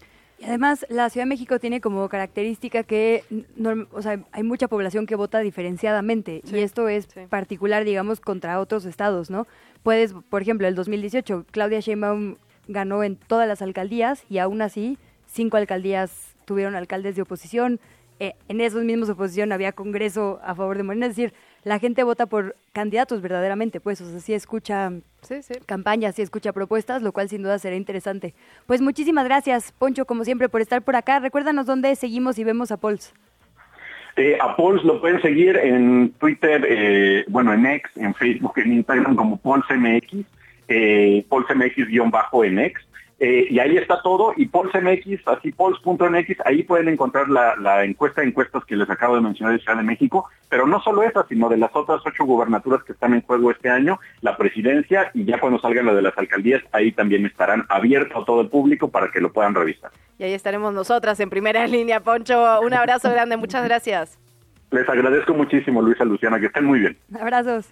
Y además, la Ciudad de México tiene como característica que, no, o sea, hay mucha población que vota diferenciadamente, sí, y esto es sí. particular, digamos, contra otros estados, ¿no? Puedes, por ejemplo, el dos mil dieciocho, Claudia Sheinbaum ganó en todas las alcaldías y aún así, cinco alcaldías tuvieron alcaldes de oposición. Eh, en esos mismos de oposición había congreso a favor de Morena, es decir, la gente vota por candidatos verdaderamente, pues, o sea, sí escucha sí, sí. campañas, sí escucha propuestas, lo cual sin duda será interesante. Pues muchísimas gracias, Poncho, como siempre, por estar por acá. Recuérdanos dónde seguimos y vemos a Pols. Eh, a Pols lo pueden seguir en Twitter, eh, bueno, en X, en Facebook, en Instagram como PolsMX, eh, PolsMX-en X. Eh, y ahí está todo, y PolsMX, así pols punto m x, ahí pueden encontrar la, la encuesta de encuestas que les acabo de mencionar de Ciudad de México, pero no solo esa, sino de las otras ocho gubernaturas que están en juego este año, la presidencia, y ya cuando salgan las de las alcaldías, ahí también estarán abiertos a todo el público para que lo puedan revisar. Y ahí estaremos nosotras en primera línea, Poncho. Un abrazo grande, muchas gracias. Les agradezco muchísimo, Luisa, Luciana, que estén muy bien. Abrazos.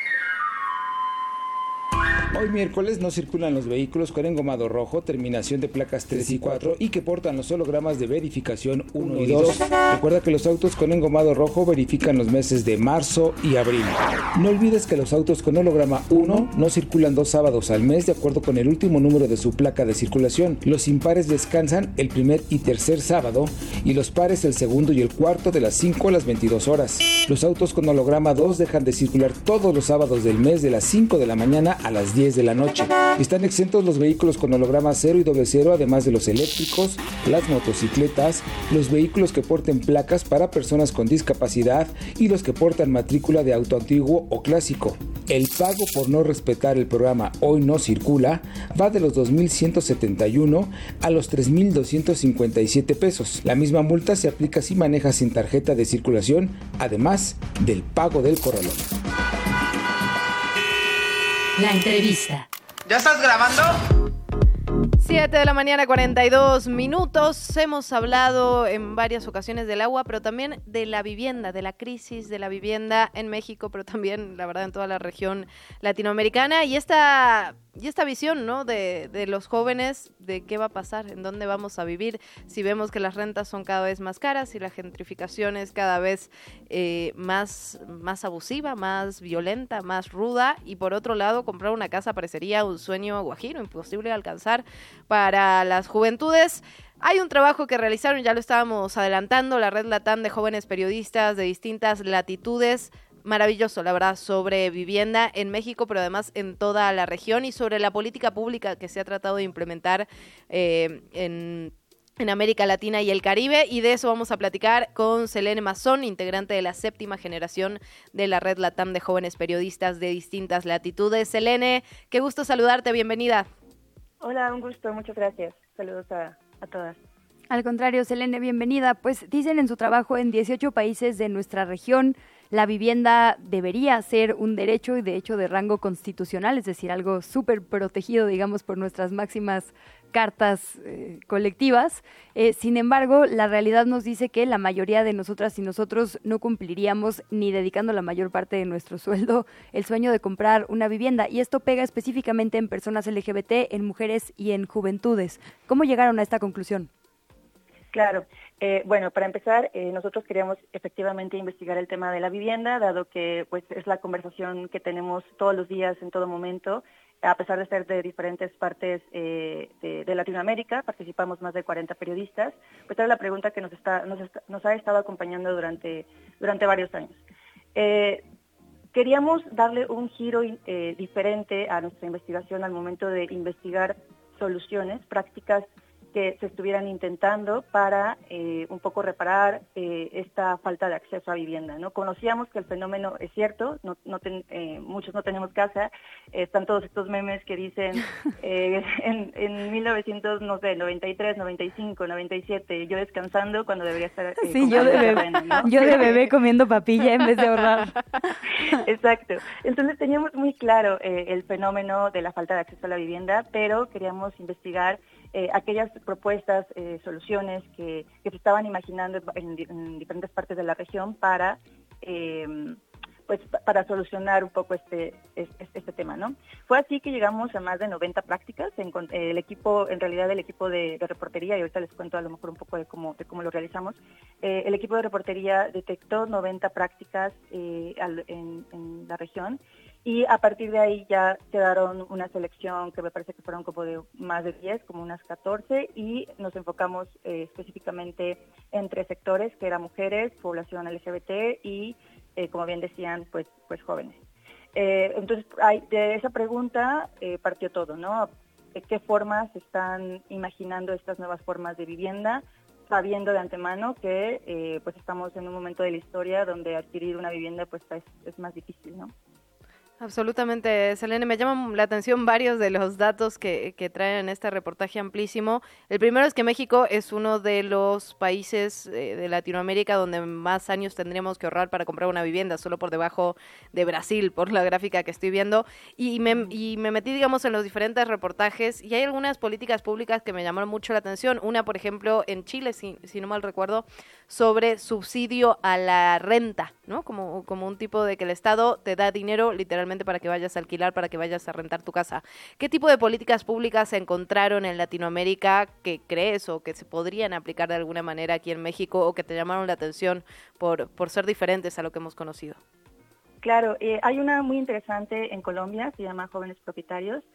Hoy miércoles no circulan los vehículos con engomado rojo, terminación de placas tres y cuatro y que portan los hologramas de verificación uno y dos. Recuerda que los autos con engomado rojo verifican los meses de marzo y abril. No olvides que los autos con holograma uno no circulan dos sábados al mes de acuerdo con el último número de su placa de circulación. Los impares descansan el primer y tercer sábado y los pares el segundo y el cuarto de las cinco a las veintidós horas. Los autos con holograma dos dejan de circular todos los sábados del mes de las cinco de la mañana a las diez diez de la noche. Están exentos los vehículos con holograma cero y doble cero, además de los eléctricos, las motocicletas, los vehículos que porten placas para personas con discapacidad y los que portan matrícula de auto antiguo o clásico. El pago por no respetar el programa Hoy No Circula va de los dos mil ciento setenta y uno a los tres mil doscientos cincuenta y siete pesos. La misma multa se aplica si manejas sin tarjeta de circulación, además del pago del corralón. La entrevista. ¿Ya estás grabando? siete de la mañana, cuarenta y dos minutos. Hemos hablado en varias ocasiones del agua, pero también de la vivienda, de la crisis de la vivienda en México, pero también, la verdad, en toda la región latinoamericana. Y esta, y esta visión, ¿no?, de, de los jóvenes, de qué va a pasar, en dónde vamos a vivir, si vemos que las rentas son cada vez más caras, si la gentrificación es cada vez eh, más, más abusiva, más violenta, más ruda. Y por otro lado, comprar una casa parecería un sueño guajiro, imposible de alcanzar para las juventudes. Hay un trabajo que realizaron, ya lo estábamos adelantando, la Red Latam de jóvenes periodistas de distintas latitudes, maravilloso, la verdad, sobre vivienda en México, pero además en toda la región, y sobre la política pública que se ha tratado de implementar eh, en... en América Latina y el Caribe, y de eso vamos a platicar con Selene Mazón, integrante de la séptima generación de la Red Latam de jóvenes periodistas de distintas latitudes. Selene, qué gusto saludarte, bienvenida. Hola, un gusto, muchas gracias. Saludos a, a todas. Al contrario, Selene, bienvenida. Pues dicen en su trabajo en dieciocho países de nuestra región, la vivienda debería ser un derecho y de hecho de rango constitucional, es decir, algo súper protegido, digamos, por nuestras máximas cartas eh, colectivas. Eh, sin embargo, la realidad nos dice que la mayoría de nosotras y nosotros no cumpliríamos ni dedicando la mayor parte de nuestro sueldo el sueño de comprar una vivienda, y esto pega específicamente en personas L G B T, en mujeres y en juventudes. ¿Cómo llegaron a esta conclusión? Claro, eh, bueno, para empezar, eh, nosotros queríamos efectivamente investigar el tema de la vivienda, dado que pues es la conversación que tenemos todos los días, en todo momento, a pesar de ser de diferentes partes eh, de, de Latinoamérica, participamos más de cuarenta periodistas, pues era la pregunta que nos, está, nos, está, nos ha estado acompañando durante, durante varios años. Eh, queríamos darle un giro eh, diferente a nuestra investigación al momento de investigar soluciones, prácticas que se estuvieran intentando para eh, un poco reparar eh, esta falta de acceso a vivienda, ¿no? Conocíamos que el fenómeno es cierto, no, no ten, eh, muchos no tenemos casa, eh, están todos estos memes que dicen eh, en, en mil novecientos, no sé, noventa y tres, noventa y cinco, noventa y siete, yo descansando cuando debería estar... Eh, sí, yo de, bebé, terreno, ¿no? yo de bebé comiendo papilla en vez de ahorrar. Exacto, entonces teníamos muy claro eh, el fenómeno de la falta de acceso a la vivienda, pero queríamos investigar Eh, aquellas propuestas, eh, soluciones que, que se estaban imaginando en, en diferentes partes de la región para eh, pues para solucionar un poco este, este este tema, ¿no? Fue así que llegamos a más de noventa prácticas. En, eh, el equipo, en realidad el equipo de, de reportería, y ahorita les cuento a lo mejor un poco de cómo, de cómo lo realizamos, eh, el equipo de reportería detectó noventa prácticas eh, al, en, en la región. Y a partir de ahí ya quedaron una selección que me parece que fueron como de más de diez, como unas catorce, y nos enfocamos eh, específicamente en tres sectores, que eran mujeres, población L G B T y, eh, como bien decían, pues, pues jóvenes. Eh, entonces, hay, de esa pregunta eh, partió todo, ¿no? ¿De qué formas se están imaginando estas nuevas formas de vivienda? Sabiendo de antemano que eh, pues estamos en un momento de la historia donde adquirir una vivienda pues es, es más difícil, ¿no? Absolutamente, Selene. Me llaman la atención varios de los datos que, que traen en este reportaje amplísimo. El primero es que México es uno de los países eh, de Latinoamérica donde más años tendríamos que ahorrar para comprar una vivienda, solo por debajo de Brasil, por la gráfica que estoy viendo. Y me, y me metí, digamos, en los diferentes reportajes, y hay algunas políticas públicas que me llamaron mucho la atención. Una, por ejemplo, en Chile, si, si no mal recuerdo, sobre subsidio a la renta, ¿no? Como, como un tipo de que el Estado te da dinero literalmente para que vayas a alquilar, para que vayas a rentar tu casa. ¿Qué tipo de políticas públicas se encontraron en Latinoamérica que crees o que se podrían aplicar de alguna manera aquí en México, o que te llamaron la atención por, por ser diferentes a lo que hemos conocido? Claro, eh, hay una muy interesante en Colombia, se llama Jóvenes Propietarios,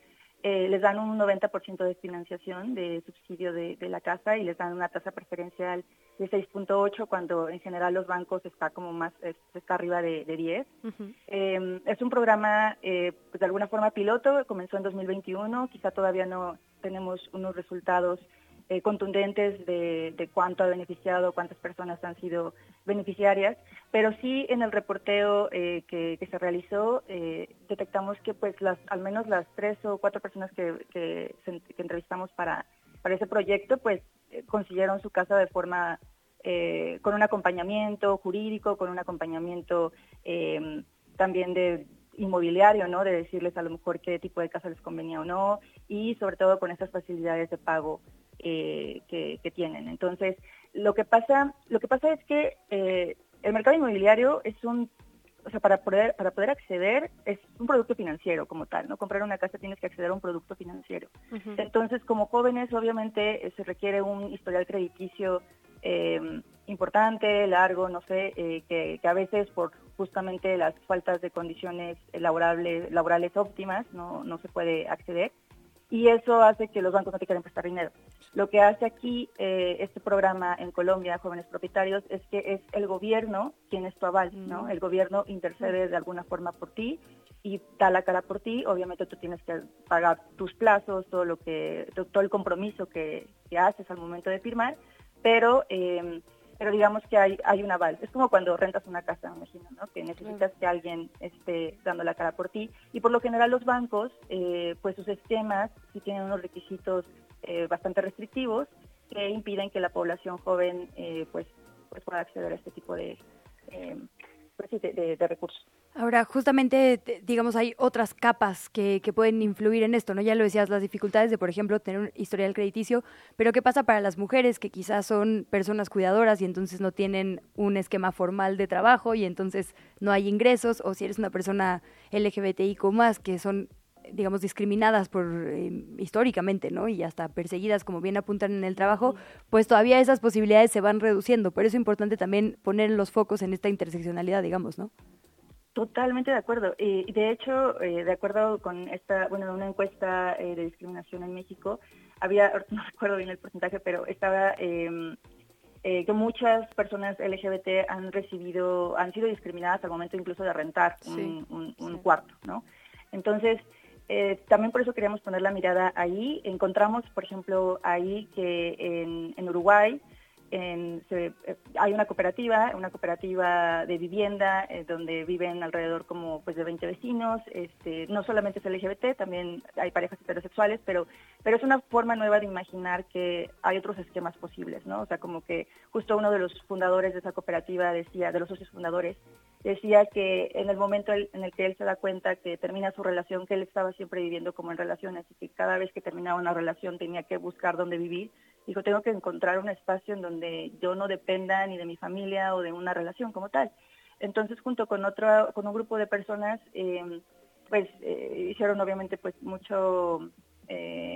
eh, les dan un noventa por ciento de financiación, de subsidio de, de la casa, y les dan una tasa preferencial de seis punto ocho, cuando en general los bancos está como más, está arriba de, de diez. Uh-huh. Eh, es un programa, eh, pues de alguna forma piloto, comenzó en dos mil veintiuno, quizá todavía no tenemos unos resultados eh, contundentes de, de cuánto ha beneficiado, cuántas personas han sido beneficiarias, pero sí en el reporteo eh, que, que se realizó eh, detectamos que pues las al menos las tres o cuatro personas que, que, que entrevistamos para, para ese proyecto pues eh, consiguieron su casa de forma eh, con un acompañamiento jurídico, con un acompañamiento eh, también de inmobiliario, ¿no? De decirles a lo mejor qué tipo de casa les convenía o no, y sobre todo con esas facilidades de pago eh, que, que tienen. Entonces, lo que pasa, lo que pasa es que eh, el mercado inmobiliario es un, o sea, para poder, para poder acceder, es un producto financiero como tal, ¿no? Comprar una casa tienes que acceder a un producto financiero. Uh-huh. Entonces, como jóvenes, obviamente, eh, se requiere un historial crediticio eh, importante, largo, no sé, eh, que, que a veces por justamente las faltas de condiciones laborables, laborales óptimas no, no se puede acceder, y eso hace que los bancos no te quieran prestar dinero. Lo que hace aquí eh, este programa en Colombia, Jóvenes Propietarios, es que es el gobierno quien es tu aval, ¿no? El gobierno intercede de alguna forma por ti y da la cara por ti. Obviamente tú tienes que pagar tus plazos, todo lo que, todo el compromiso que, que haces al momento de firmar, pero eh, pero digamos que hay hay un aval. Es como cuando rentas una casa, me imagino, ¿no? Que necesitas que alguien esté dando la cara por ti, y por lo general los bancos, eh, pues sus esquemas sí tienen unos requisitos eh, bastante restrictivos que impiden que la población joven eh, pues, pues pueda acceder a este tipo de, eh, pues sí, de, de, de recursos. Ahora, justamente, digamos, hay otras capas que, que pueden influir en esto, ¿no? Ya lo decías, las dificultades de, por ejemplo, tener un historial crediticio, pero ¿qué pasa para las mujeres que quizás son personas cuidadoras y entonces no tienen un esquema formal de trabajo y entonces no hay ingresos? O si eres una persona L G B T I Q más, que son, digamos, discriminadas por eh, históricamente, ¿no? Y hasta perseguidas, como bien apuntan en el trabajo, pues todavía esas posibilidades se van reduciendo. Por eso es importante también poner los focos en esta interseccionalidad, digamos, ¿no? Totalmente de acuerdo. Y de hecho, eh, de acuerdo con esta, bueno, una encuesta eh, de discriminación en México, había, no recuerdo bien el porcentaje, pero estaba eh, eh, que muchas personas L G B T han recibido, han sido discriminadas al momento incluso de rentar un, sí, un, un sí. cuarto, ¿no? Entonces, eh, también por eso queríamos poner la mirada ahí. Encontramos, por ejemplo, ahí que en, en Uruguay En, se, eh, hay una cooperativa, una cooperativa de vivienda eh, donde viven alrededor como pues de veinte vecinos, este, no solamente es L G B T, también hay parejas heterosexuales, pero pero es una forma nueva de imaginar que hay otros esquemas posibles, ¿no? O sea, como que justo uno de los fundadores de esa cooperativa decía, de los socios fundadores, decía que en el momento en el que él se da cuenta que termina su relación, que él estaba siempre viviendo como en relaciones y que cada vez que terminaba una relación tenía que buscar dónde vivir, dijo, tengo que encontrar un espacio en donde yo no dependa ni de mi familia o de una relación como tal. Entonces, junto con otro, con un grupo de personas, eh, pues eh, hicieron obviamente pues mucho, eh,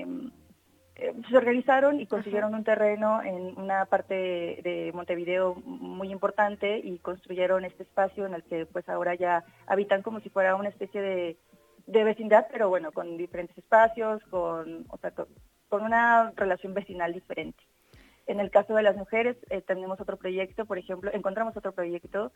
eh, se organizaron y consiguieron Ajá. un terreno en una parte de Montevideo muy importante y construyeron este espacio en el que pues ahora ya habitan como si fuera una especie de, de vecindad, pero bueno, con diferentes espacios, con, o sea, con, con una relación vecinal diferente. En el caso de las mujeres, eh, tenemos otro proyecto, por ejemplo, encontramos otro proyecto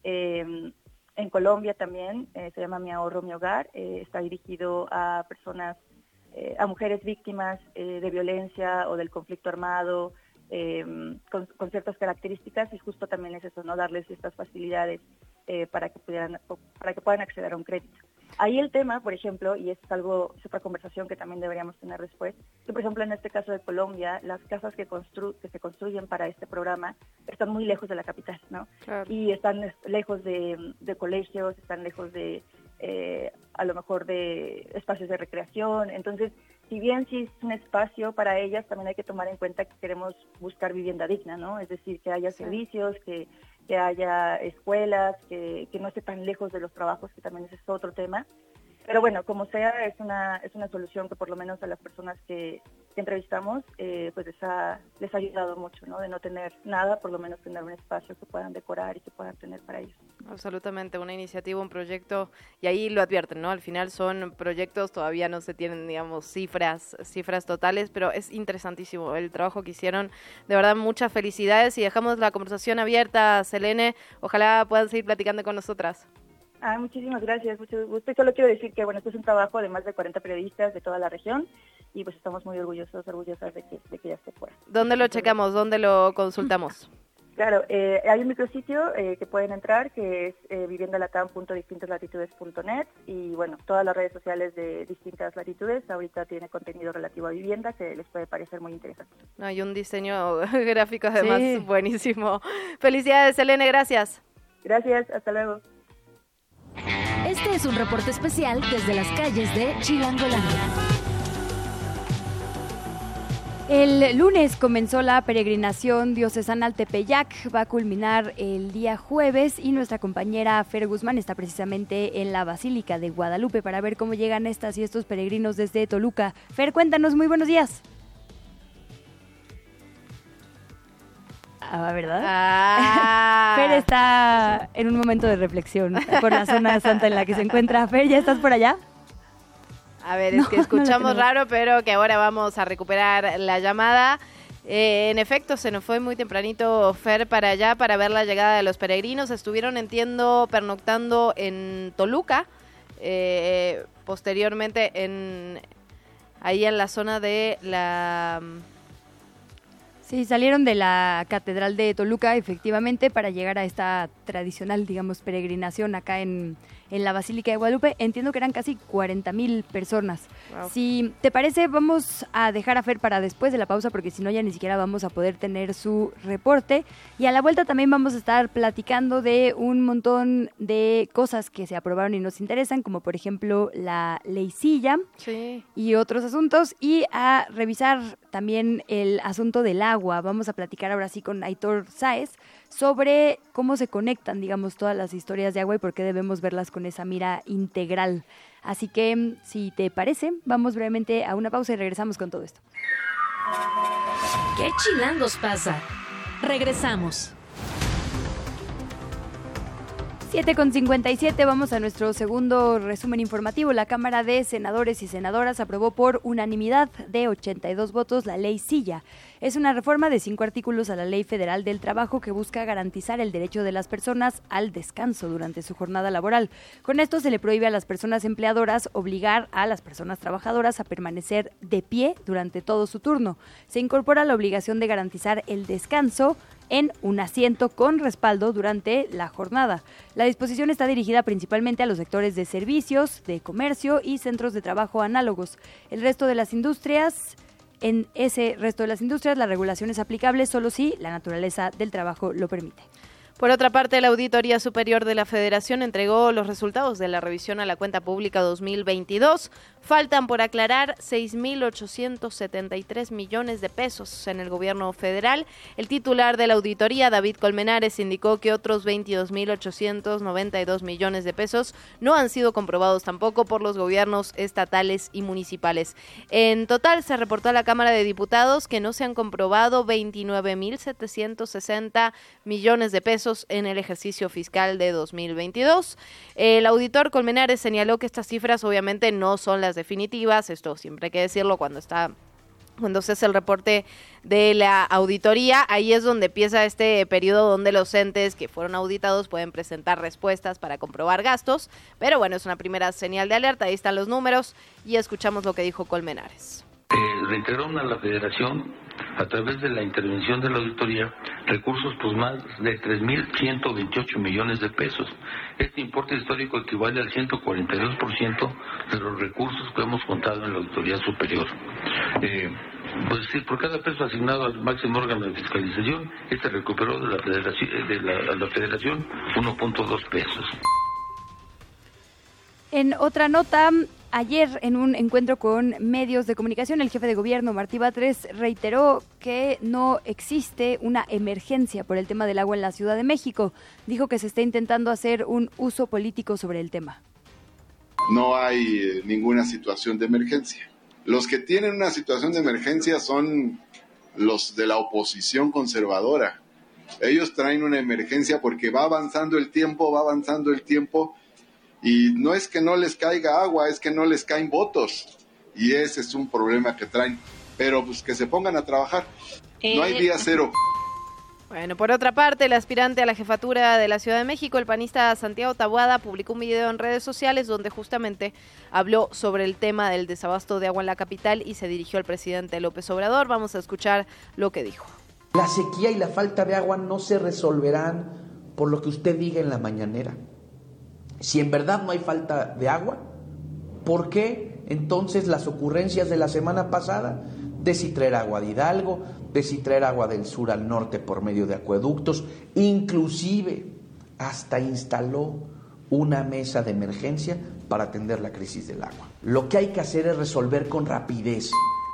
eh, en Colombia también, eh, se llama Mi Ahorro, Mi Hogar, eh, está dirigido a personas, eh, a mujeres víctimas eh, de violencia o del conflicto armado, eh, con, con ciertas características, y justo también es eso, ¿no? Darles estas facilidades eh, para que pudieran, para que puedan acceder a un crédito. Ahí el tema, por ejemplo, y es algo, es otra conversación que también deberíamos tener después, que por ejemplo en este caso de Colombia, las casas que, constru que se construyen para este programa están muy lejos de la capital, ¿no? Claro. Y están lejos de, de colegios, están lejos de, eh, a lo mejor de espacios de recreación. Entonces, si bien sí es un espacio para ellas, también hay que tomar en cuenta que queremos buscar vivienda digna, ¿no? Es decir, que haya sí. servicios, que que haya escuelas, que, que no esté tan lejos de los trabajos, que también ese es otro tema. Pero bueno, como sea, es una es una solución que por lo menos a las personas que, que entrevistamos, eh, pues les ha, les ha ayudado mucho, ¿no? De no tener nada, por lo menos tener un espacio que puedan decorar y que puedan tener para ellos. Absolutamente, una iniciativa, un proyecto, y ahí lo advierten, ¿no? Al final son proyectos, todavía no se tienen, digamos, cifras, cifras totales, pero es interesantísimo el trabajo que hicieron. De verdad, muchas felicidades y dejamos la conversación abierta, Selene. Ojalá puedan seguir platicando con nosotras. Ah, muchísimas gracias, mucho gusto. Y solo quiero decir que, bueno, esto es un trabajo de más de cuarenta periodistas de toda la región y pues estamos muy orgullosos, orgullosas de que, de que ya esté fuera. ¿Dónde lo checamos? ¿Dónde lo consultamos? Claro, eh, hay un micrositio eh, que pueden entrar que es eh, viviendalatam punto distintas latitudes punto net y bueno, todas las redes sociales de Distintas Latitudes ahorita tiene contenido relativo a vivienda que les puede parecer muy interesante. Hay un diseño gráfico además Sí. buenísimo. Felicidades, Selene, gracias. Gracias, hasta luego. Este es un reporte especial desde las calles de Chilangolandia. El lunes comenzó la peregrinación diocesana al Tepeyac, va a culminar el día jueves y nuestra compañera Fer Guzmán está precisamente en la Basílica de Guadalupe para ver cómo llegan estas y estos peregrinos desde Toluca. Fer, cuéntanos, muy buenos días. Ah, ¿verdad? Ah. Fer está en un momento de reflexión por la zona santa en la que se encuentra. Fer, ¿ya estás por allá? A ver, No, es que no escuchamos la tenemos. raro, pero que ahora vamos a recuperar la llamada. Eh, en efecto, se nos fue muy tempranito Fer para allá para ver la llegada de los peregrinos. Estuvieron, entiendo, pernoctando en Toluca, eh, posteriormente en ahí en la zona de la... Sí, salieron de la Catedral de Toluca, efectivamente, para llegar a esta tradicional, digamos, peregrinación acá en, en la Basílica de Guadalupe. Entiendo que eran casi cuarenta mil personas. Wow. Si te parece, vamos a dejar a Fer para después de la pausa, porque si no ya ni siquiera vamos a poder tener su reporte. Y a la vuelta también vamos a estar platicando de un montón de cosas que se aprobaron y nos interesan, como por ejemplo la ley Silla Sí. y otros asuntos, y a revisar también el asunto del agua. Vamos a platicar ahora sí con Aitor Sáez sobre cómo se conectan, digamos, todas las historias de agua y por qué debemos verlas con esa mira integral. Así que, si te parece, vamos brevemente a una pausa y regresamos con todo esto. ¿Qué chilangos pasa? Regresamos. siete con cincuenta y siete, vamos a nuestro segundo resumen informativo. La Cámara de Senadores y Senadoras aprobó por unanimidad de ochenta y dos votos la ley Silla. Es una reforma de cinco artículos a la Ley Federal del Trabajo que busca garantizar el derecho de las personas al descanso durante su jornada laboral. Con esto se le prohíbe a las personas empleadoras obligar a las personas trabajadoras a permanecer de pie durante todo su turno. Se incorpora la obligación de garantizar el descanso en un asiento con respaldo durante la jornada. La disposición está dirigida principalmente a los sectores de servicios, de comercio y centros de trabajo análogos. El resto de las industrias, en ese resto de las industrias, la regulación es aplicable solo si la naturaleza del trabajo lo permite. Por otra parte, la Auditoría Superior de la Federación entregó los resultados de la revisión a la cuenta pública dos mil veintidós. Faltan por aclarar seis mil ochocientos setenta y tres millones de pesos en el gobierno federal. El titular de la auditoría, David Colmenares, indicó que otros veintidós mil ochocientos noventa y dos millones de pesos no han sido comprobados tampoco por los gobiernos estatales y municipales. En total, se reportó a la Cámara de Diputados que no se han comprobado veintinueve mil setecientos sesenta millones de pesos en el ejercicio fiscal de dos mil veintidós. El auditor Colmenares señaló que estas cifras obviamente no son las definitivas, esto siempre hay que decirlo cuando está cuando se hace el reporte de la auditoría, ahí es donde empieza este periodo donde los entes que fueron auditados pueden presentar respuestas para comprobar gastos, pero bueno, es una primera señal de alerta, ahí están los números y escuchamos lo que dijo Colmenares. Eh, reintegraron a la Federación, a través de la intervención de la auditoría, recursos pues más de tres mil ciento veintiocho millones de pesos. Este importe histórico equivale al ciento cuarenta y dos por ciento de los recursos que hemos contado en la auditoría superior. Eh, pues sí, por cada peso asignado al máximo órgano de fiscalización, este recuperó de la Federación, de la, a la Federación uno punto dos pesos. En otra nota, ayer en un encuentro con medios de comunicación, el jefe de gobierno, Martí Batres, reiteró que no existe una emergencia por el tema del agua en la Ciudad de México. Dijo que se está intentando hacer un uso político sobre el tema. no hay eh, ninguna situación de emergencia. Los que tienen una situación de emergencia son los de la oposición conservadora. Ellos traen una emergencia porque va avanzando el tiempo, va avanzando el tiempo, y no es que no les caiga agua, es que no les caen votos, y ese es un problema que traen, pero pues que se pongan a trabajar, no hay día cero. Bueno, por otra parte, el aspirante a la jefatura de la Ciudad de México, el panista Santiago Taboada, publicó un video en redes sociales donde justamente habló sobre el tema del desabasto de agua en la capital y se dirigió al presidente López Obrador. Vamos a escuchar lo que dijo. La sequía y la falta de agua no se resolverán por lo que usted diga en la mañanera. Si en verdad no hay falta de agua, ¿por qué entonces las ocurrencias de la semana pasada de si traer agua de Hidalgo, de si traer agua del sur al norte por medio de acueductos, inclusive hasta instaló una mesa de emergencia para atender la crisis del agua? Lo que hay que hacer es resolver con rapidez.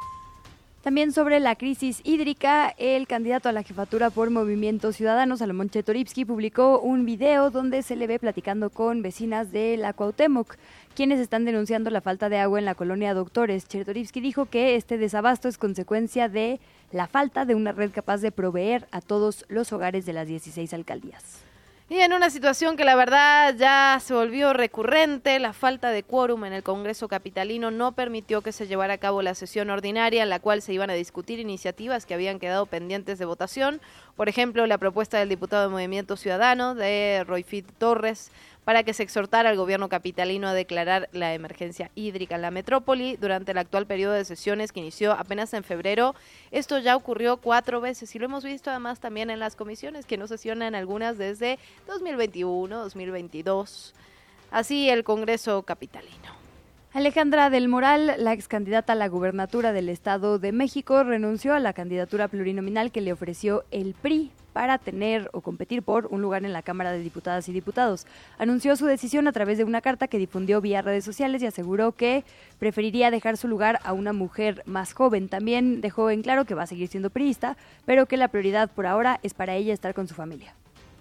También sobre la crisis hídrica, el candidato a la jefatura por Movimiento Ciudadano, Salomón Chertorivsky, publicó un video donde se le ve platicando con vecinas de la Cuauhtémoc, quienes están denunciando la falta de agua en la colonia Doctores. Chertorivsky dijo que este desabasto es consecuencia de la falta de una red capaz de proveer a todos los hogares de las dieciséis alcaldías. Y en una situación que la verdad ya se volvió recurrente, la falta de quórum en el Congreso capitalino no permitió que se llevara a cabo la sesión ordinaria en la cual se iban a discutir iniciativas que habían quedado pendientes de votación. Por ejemplo, la propuesta del diputado de Movimiento Ciudadano, de Royfit Torres, para que se exhortara al gobierno capitalino a declarar la emergencia hídrica en la metrópoli durante el actual periodo de sesiones que inició apenas en febrero. Esto ya ocurrió cuatro veces y lo hemos visto además también en las comisiones que no sesionan algunas desde dos mil veintiuno, dos mil veintidós. Así el Congreso capitalino. Alejandra del Moral, la ex candidata a la gubernatura del Estado de México, renunció a la candidatura plurinominal que le ofreció el P R I para tener o competir por un lugar en la Cámara de Diputadas y Diputados. Anunció su decisión a través de una carta que difundió vía redes sociales y aseguró que preferiría dejar su lugar a una mujer más joven. También dejó en claro que va a seguir siendo priista, pero que la prioridad por ahora es para ella estar con su familia.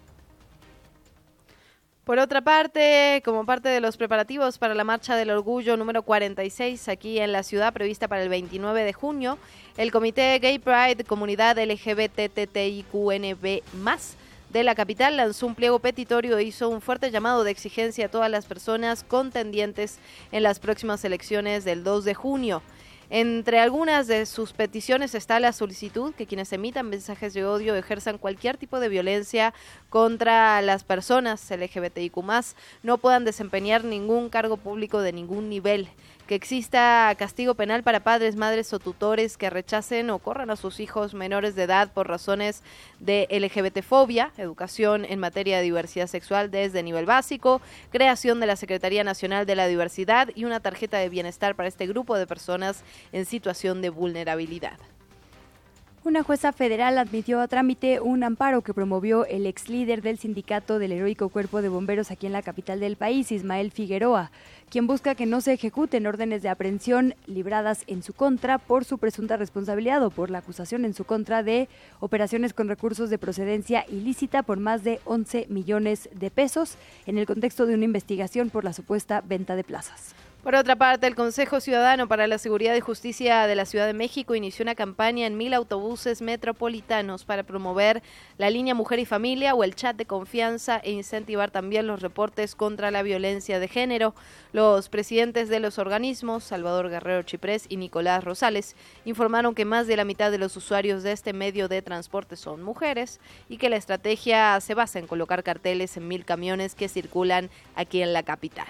Por otra parte, como parte de los preparativos para la Marcha del Orgullo número cuarenta y seis aquí en la ciudad, prevista para el veintinueve de junio, el Comité Gay Pride Comunidad L G B T T I Q N B más, de la capital lanzó un pliego petitorio e hizo un fuerte llamado de exigencia a todas las personas contendientes en las próximas elecciones del dos de junio. Entre algunas de sus peticiones está la solicitud que quienes emitan mensajes de odio ejerzan cualquier tipo de violencia contra las personas L G B T I Q más, no puedan desempeñar ningún cargo público de ningún nivel, que exista castigo penal para padres, madres o tutores que rechacen o corran a sus hijos menores de edad por razones de L G B T fobia, educación en materia de diversidad sexual desde nivel básico, creación de la Secretaría Nacional de la Diversidad y una tarjeta de bienestar para este grupo de personas en situación de vulnerabilidad. Una jueza federal admitió a trámite un amparo que promovió el ex líder del sindicato del Heroico Cuerpo de Bomberos aquí en la capital del país, Ismael Figueroa, quien busca que no se ejecuten órdenes de aprehensión libradas en su contra por su presunta responsabilidad o por la acusación en su contra de operaciones con recursos de procedencia ilícita por más de once millones de pesos en el contexto de una investigación por la supuesta venta de plazas. Por otra parte, el Consejo Ciudadano para la Seguridad y Justicia de la Ciudad de México inició una campaña en mil autobuses metropolitanos para promover la línea Mujer y Familia o el chat de confianza e incentivar también los reportes contra la violencia de género. Los presidentes de los organismos, Salvador Guerrero Chiprés y Nicolás Rosales, informaron que más de la mitad de los usuarios de este medio de transporte son mujeres y que la estrategia se basa en colocar carteles en mil camiones que circulan aquí en la capital.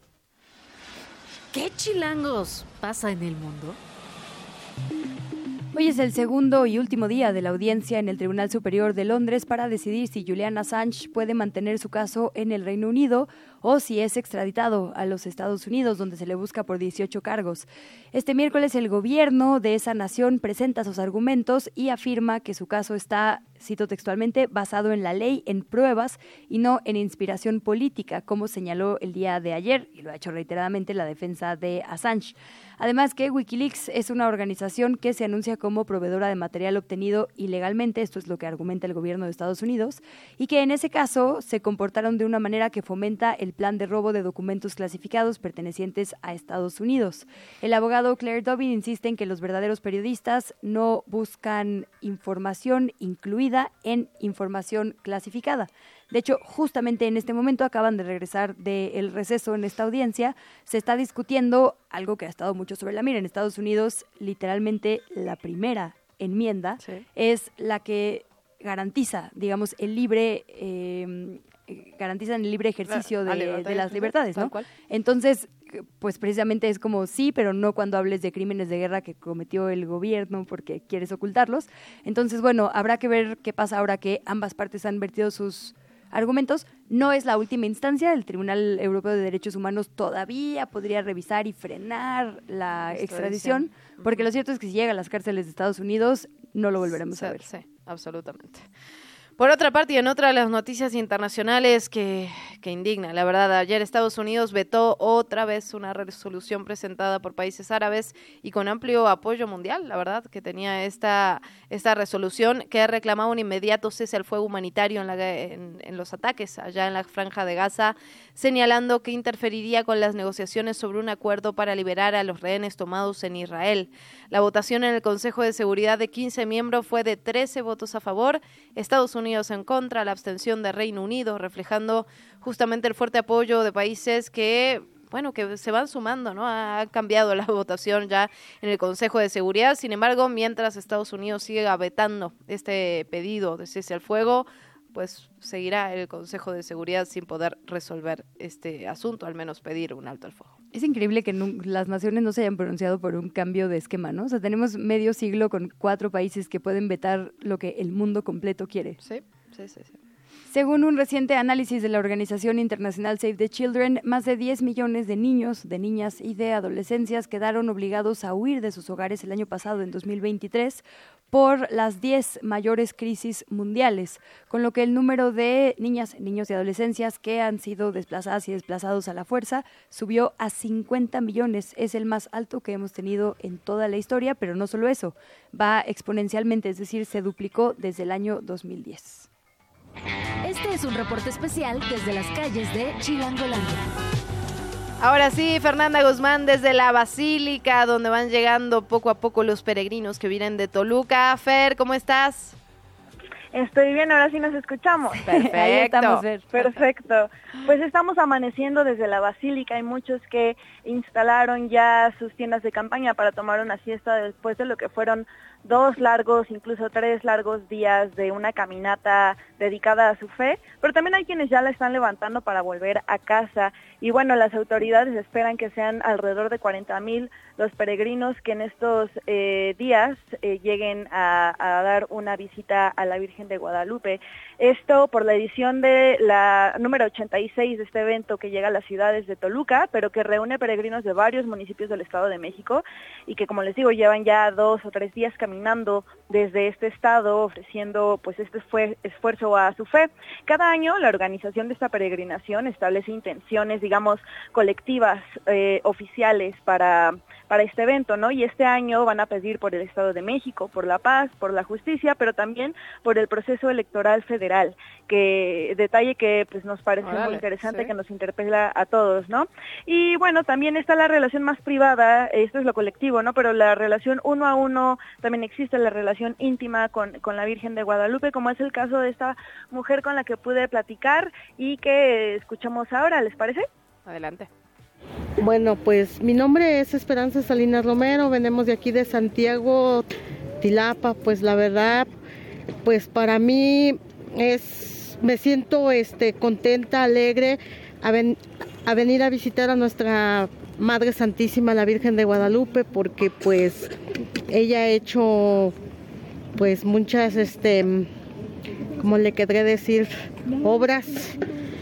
¿Qué chilangos pasa en el mundo? Hoy es el segundo y último día de la audiencia en el Tribunal Superior de Londres para decidir si Julian Assange puede mantener su caso en el Reino Unido o si es extraditado a los Estados Unidos, donde se le busca por dieciocho cargos. Este miércoles el gobierno de esa nación presenta sus argumentos y afirma que su caso está, cito textualmente, basado en la ley, en pruebas y no en inspiración política, como señaló el día de ayer, y lo ha hecho reiteradamente la defensa de Assange. Además que Wikileaks es una organización que se anuncia como proveedora de material obtenido ilegalmente, esto es lo que argumenta el gobierno de Estados Unidos, y que en ese caso se comportaron de una manera que fomenta el plan de robo de documentos clasificados pertenecientes a Estados Unidos. El abogado Claire Dobbin insiste en que los verdaderos periodistas no buscan información incluida en información clasificada. De hecho, justamente en este momento acaban de regresar del receso en esta audiencia. Se está discutiendo algo que ha estado mucho sobre la mira. En Estados Unidos, literalmente, la primera enmienda sí. es la que garantiza, digamos, el libre... Eh, garantizan el libre ejercicio de, de las libertades, ¿no? Entonces, pues precisamente es como sí, pero no cuando hables de crímenes de guerra que cometió el gobierno porque quieres ocultarlos. Entonces, bueno, habrá que ver qué pasa ahora que ambas partes han vertido sus argumentos. No es la última instancia, el Tribunal Europeo de Derechos Humanos todavía podría revisar y frenar la extradición, extradición porque lo cierto es que si llega a las cárceles de Estados Unidos, no lo volveremos sí, a ver. Sí, absolutamente. Por otra parte, y en otra de las noticias internacionales que, que indigna, la verdad, ayer Estados Unidos vetó otra vez una resolución presentada por países árabes y con amplio apoyo mundial, la verdad, que tenía esta, esta resolución que reclamaba un inmediato cese al fuego humanitario en, la, en, en los ataques allá en la Franja de Gaza, señalando que interferiría con las negociaciones sobre un acuerdo para liberar a los rehenes tomados en Israel. La votación en el Consejo de Seguridad de quince miembros fue de trece votos a favor, Estados Unidos en contra, la abstención de Reino Unido, reflejando justamente el fuerte apoyo de países que, bueno, que se van sumando, ¿no? Ha cambiado la votación ya en el Consejo de Seguridad. Sin embargo, mientras Estados Unidos sigue vetando este pedido de cese al fuego, pues seguirá el Consejo de Seguridad sin poder resolver este asunto, al menos pedir un alto al fuego. Es increíble que no, las naciones no se hayan pronunciado por un cambio de esquema, ¿no? O sea, tenemos medio siglo con cuatro países que pueden vetar lo que el mundo completo quiere. Sí, sí, sí, sí. Según un reciente análisis de la organización internacional Save the Children, más de diez millones de niños, de niñas y de adolescencias quedaron obligados a huir de sus hogares el año pasado, en dos mil veintitrés, por las diez mayores crisis mundiales, con lo que el número de niñas, niños y adolescencias que han sido desplazadas y desplazados a la fuerza subió a cincuenta millones. Es el más alto que hemos tenido en toda la historia, pero no solo eso, va exponencialmente, es decir, se duplicó desde el año dos mil diez. Este es un reporte especial desde las calles de Chilangolandia. Ahora sí, Fernanda Guzmán desde la Basílica, donde van llegando poco a poco los peregrinos que vienen de Toluca. Fer, ¿cómo estás? Estoy bien, ahora sí nos escuchamos. Perfecto. Ahí estamos, Fer. Perfecto. Pues estamos amaneciendo desde la Basílica. Hay muchos que instalaron ya sus tiendas de campaña para tomar una siesta después de lo que fueron dos largos, incluso tres largos días de una caminata dedicada a su fe, pero también hay quienes ya la están levantando para volver a casa. Y bueno, las autoridades esperan que sean alrededor de cuarenta mil los peregrinos que en estos eh, días eh, lleguen a, a dar una visita a la Virgen de Guadalupe. Esto por la edición de la número ochenta y seis de este evento que llega a las ciudades de Toluca, pero que reúne peregrinos de varios municipios del Estado de México y que, como les digo, llevan ya dos o tres días caminando desde este estado, ofreciendo pues este fue esfuerzo a su fe. Cada año la organización de esta peregrinación establece intenciones, digamos, colectivas, eh, oficiales para, para este evento, ¿no? Y este año van a pedir por el Estado de México, por la paz, por la justicia, pero también por el proceso electoral federal, que detalle que pues nos parece Órale, muy interesante, ¿sí? Que nos interpela a todos, ¿no? Y bueno, también está la relación más privada, esto es lo colectivo, ¿no? Pero la relación uno a uno, también existe la relación íntima con, con la Virgen de Guadalupe, como es el caso de esta mujer con la que pude platicar y que escuchamos ahora, ¿les parece? Adelante. Bueno, pues mi nombre es Esperanza Salinas Romero, venimos de aquí de Santiago, Tilapa. Pues la verdad, pues para mí es, me siento este contenta, alegre a, ven, a venir a visitar a nuestra Madre Santísima, la Virgen de Guadalupe, porque pues ella ha hecho pues muchas, este, como le querré decir, obras,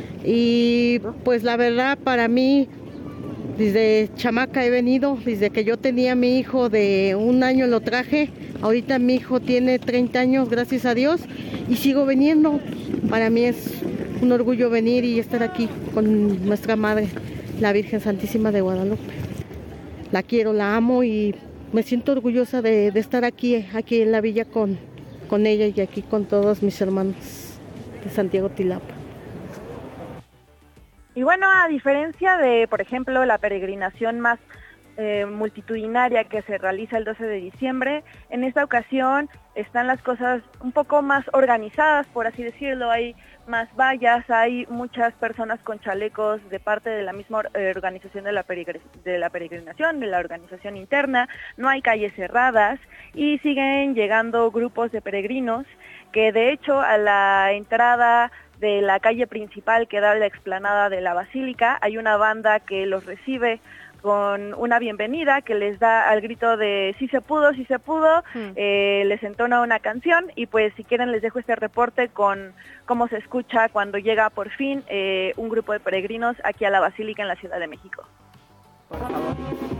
y pues la verdad para mí, desde chamaca he venido, desde que yo tenía a mi hijo de un año lo traje, ahorita mi hijo tiene treinta años, gracias a Dios, y sigo viniendo. Para mí es un orgullo venir y estar aquí con nuestra Madre, la Virgen Santísima de Guadalupe. La quiero, la amo y me siento orgullosa de, de estar aquí, aquí en la villa con, con ella y aquí con todos mis hermanos de Santiago Tilapa. Y bueno, a diferencia de, por ejemplo, la peregrinación más eh, multitudinaria que se realiza el doce de diciembre, en esta ocasión están las cosas un poco más organizadas, por así decirlo. Hay más vallas, hay muchas personas con chalecos de parte de la misma organización de la, peregr de la peregrinación, de la organización interna, no hay calles cerradas y siguen llegando grupos de peregrinos que de hecho a la entrada de la calle principal que da a la explanada de la Basílica hay una banda que los recibe con una bienvenida que les da al grito de sí se pudo, sí se pudo, mm. eh, les entona una canción y pues si quieren les dejo este reporte con cómo se escucha cuando llega por fin eh, un grupo de peregrinos aquí a la Basílica en la Ciudad de México. Por favor.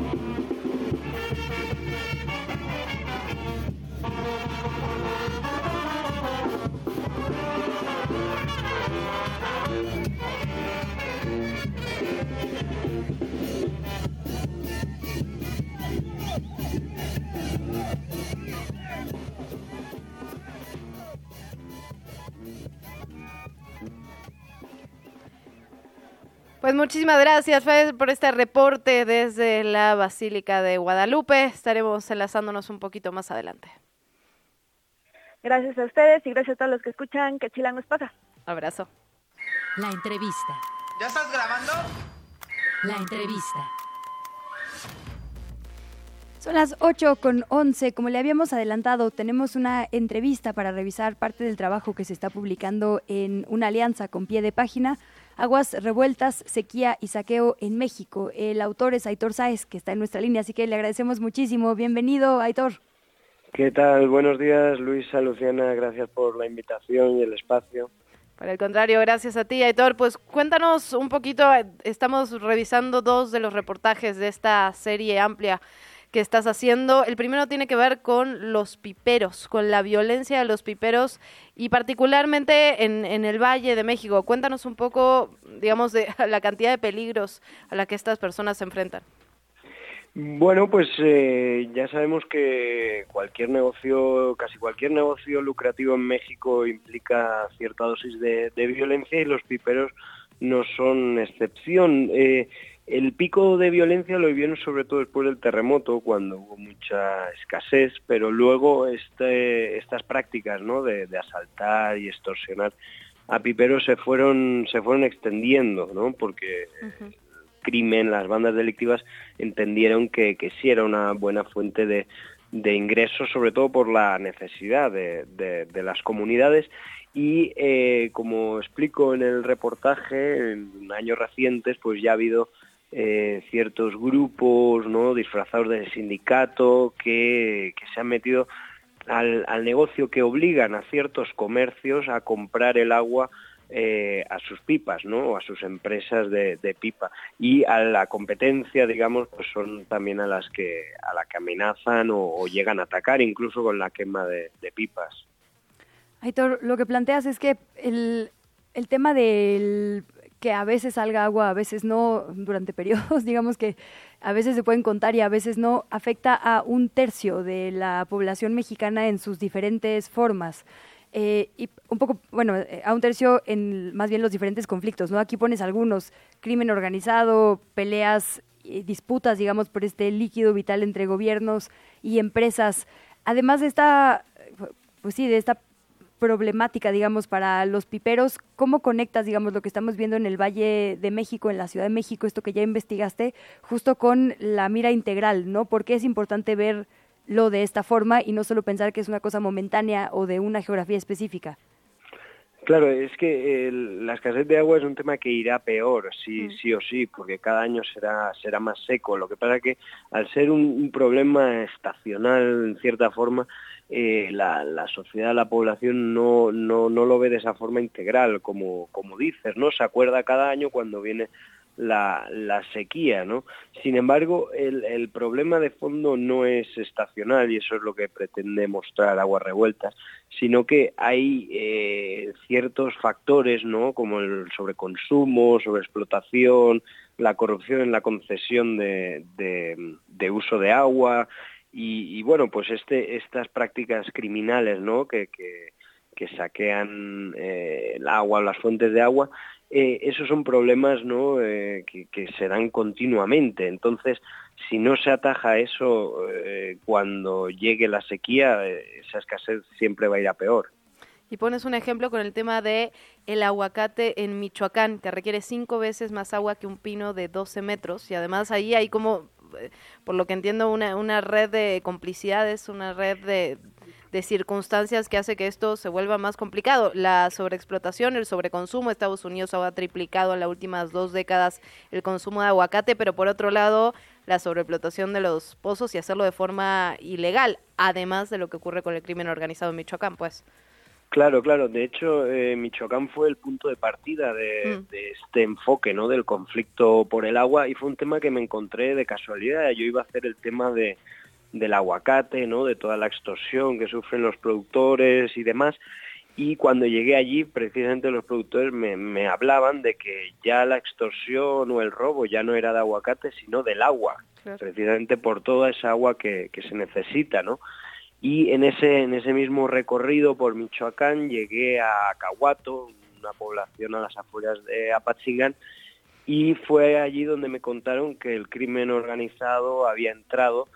Pues muchísimas gracias, Fede, por este reporte desde la Basílica de Guadalupe. Estaremos enlazándonos un poquito más adelante. Gracias a ustedes y gracias a todos los que escuchan ¿Qué chilangos pasa? Abrazo. La entrevista. ¿Ya estás grabando? La entrevista. Son las ocho con once, como le habíamos adelantado, tenemos una entrevista para revisar parte del trabajo que se está publicando en una alianza con pie de página, Aguas Revueltas, Sequía y Saqueo en México. El autor es Aitor Sáez, que está en nuestra línea, así que le agradecemos muchísimo. Bienvenido, Aitor. ¿Qué tal? Buenos días, Luisa, Luciana, gracias por la invitación y el espacio. Por el contrario, gracias a ti, Aitor. Pues cuéntanos un poquito, estamos revisando dos de los reportajes de esta serie amplia que estás haciendo. El primero tiene que ver con los piperos, con la violencia de los piperos y particularmente en, en el Valle de México. Cuéntanos un poco, digamos, de la cantidad de peligros a la que estas personas se enfrentan. Bueno, pues eh, ya sabemos que cualquier negocio, casi cualquier negocio lucrativo en México implica cierta dosis de, de violencia y los piperos no son excepción. Eh, El pico de violencia lo vivieron sobre todo después del terremoto, cuando hubo mucha escasez, pero luego este, estas prácticas, ¿no?, de, de asaltar y extorsionar a piperos se fueron se fueron extendiendo, ¿no?, porque uh-huh. el crimen, las bandas delictivas entendieron que, que sí era una buena fuente de, de ingresos, sobre todo por la necesidad de, de, de las comunidades. Y eh, como explico en el reportaje, en años recientes, pues ya ha habido Eh, ciertos grupos, ¿no?, disfrazados de sindicato que, que se han metido al, al negocio, que obligan a ciertos comercios a comprar el agua eh, a sus pipas, ¿no?, o a sus empresas de, de pipa, y a la competencia, digamos, pues son también a las que a la que amenazan o, o llegan a atacar, incluso con la quema de, de pipas. Aitor, lo que planteas es que el, el tema del que a veces salga agua, a veces no, durante periodos, digamos que a veces se pueden contar y a veces no, afecta a un tercio de la población mexicana en sus diferentes formas. Eh, y un poco, bueno, a un tercio en más bien los diferentes conflictos, ¿no? Aquí pones algunos: crimen organizado, peleas, eh, disputas, digamos, por este líquido vital entre gobiernos y empresas. Además de esta, pues sí, de esta problemática, digamos, para los piperos, ¿cómo conectas, digamos, lo que estamos viendo en el Valle de México, en la Ciudad de México, esto que ya investigaste, justo con la mira integral, ¿no? ¿Por qué es importante verlo de esta forma y no solo pensar que es una cosa momentánea o de una geografía específica? Claro, es que el, la escasez de agua es un tema que irá peor, sí, mm. sí o sí, porque cada año será será más seco. Lo que pasa es que al ser un, un problema estacional, en cierta forma, eh, la, la sociedad, la población no, no, no lo ve de esa forma integral, como, como dices, ¿no? Se acuerda cada año cuando viene la, la sequía, ¿no? Sin embargo, el, el problema de fondo no es estacional, y eso es lo que pretende mostrar Aguas Revueltas, sino que hay eh, ciertos factores, ¿no?, como el sobreconsumo, sobreexplotación, la corrupción en la concesión de, de, de uso de agua, y, y bueno, pues este estas prácticas criminales, ¿no?, que, que, que saquean eh, el agua, las fuentes de agua, eh, esos son problemas, ¿no? Eh, que, que se dan continuamente. Entonces, si no se ataja eso eh, cuando llegue la sequía, eh, esa escasez siempre va a ir a peor. Y pones un ejemplo con el tema de el aguacate en Michoacán, que requiere cinco veces más agua que un pino de doce metros, y además ahí hay como, por lo que entiendo, una, una red de complicidades, una red de, de circunstancias que hace que esto se vuelva más complicado. La sobreexplotación, el sobreconsumo, Estados Unidos ha triplicado en las últimas dos décadas el consumo de aguacate, pero por otro lado, la sobreexplotación de los pozos y hacerlo de forma ilegal, además de lo que ocurre con el crimen organizado en Michoacán, pues. Claro, claro. De hecho, eh, Michoacán fue el punto de partida de, mm. de este enfoque, ¿no? Del conflicto por el agua, y fue un tema que me encontré de casualidad. Yo iba a hacer el tema de del aguacate, ¿no? De toda la extorsión que sufren los productores y demás. Y cuando llegué allí, precisamente los productores me, me hablaban de que ya la extorsión o el robo ya no era de aguacate, sino del agua, claro. Precisamente por toda esa agua que, que se necesita, ¿no? Y en ese, en ese mismo recorrido por Michoacán llegué a Cahuato, una población a las afueras de Apatzingán, y fue allí donde me contaron que el crimen organizado había entrado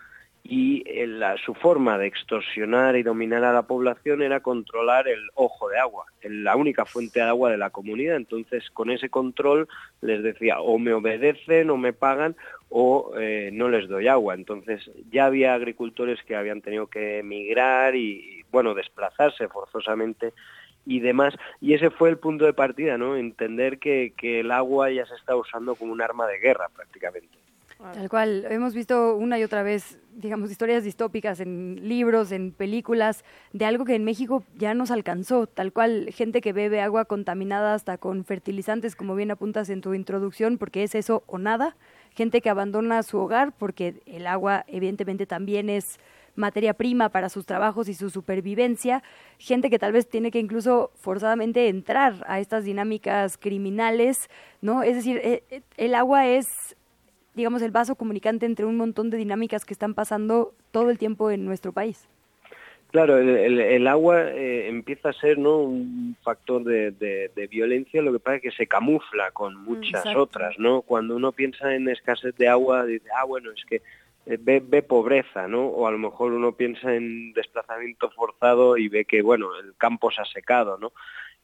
y la, su forma de extorsionar y dominar a la población era controlar el ojo de agua, la única fuente de agua de la comunidad. Entonces, con ese control les decía, o me obedecen o me pagan o eh, no les doy agua. Entonces, ya había agricultores que habían tenido que emigrar y, bueno, desplazarse forzosamente y demás. Y ese fue el punto de partida, ¿no? Entender que, que el agua ya se está usando como un arma de guerra prácticamente. Tal cual, hemos visto una y otra vez, digamos, historias distópicas en libros, en películas, de algo que en México ya nos alcanzó, tal cual, gente que bebe agua contaminada hasta con fertilizantes, como bien apuntas en tu introducción, porque es eso o nada, gente que abandona su hogar, porque el agua evidentemente también es materia prima para sus trabajos y su supervivencia, gente que tal vez tiene que incluso forzadamente entrar a estas dinámicas criminales, ¿no? Es decir, el agua es, digamos, el vaso comunicante entre un montón de dinámicas que están pasando todo el tiempo en nuestro país. Claro, el, el, el agua eh, empieza a ser, ¿no?, un factor de, de, de violencia, lo que pasa es que se camufla con muchas Exacto. otras, ¿no? Cuando uno piensa en escasez de agua, dice, ah, bueno, es que eh, ve, ve pobreza, ¿no? O a lo mejor uno piensa en desplazamiento forzado y ve que, bueno, el campo se ha secado, ¿no?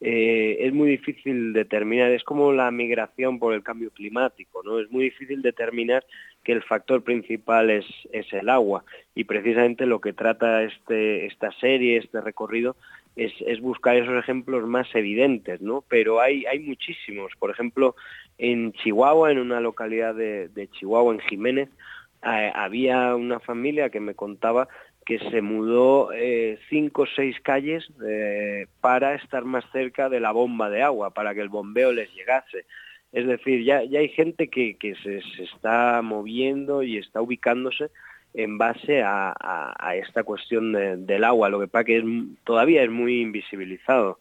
Eh, es muy difícil determinar, es como la migración por el cambio climático, ¿no? Es muy difícil determinar que el factor principal es, es el agua, y precisamente lo que trata este, esta serie, este recorrido, es, es buscar esos ejemplos más evidentes, ¿no? Pero hay, hay muchísimos. Por ejemplo, en Chihuahua, en una localidad de, de Chihuahua, en Jiménez, eh, había una familia que me contaba que se mudó eh, cinco o seis calles eh, para estar más cerca de la bomba de agua, para que el bombeo les llegase. Es decir, ya, ya hay gente que, que se, se está moviendo y está ubicándose en base a, a, a esta cuestión de, del agua, lo que pasa que es, todavía es muy invisibilizado.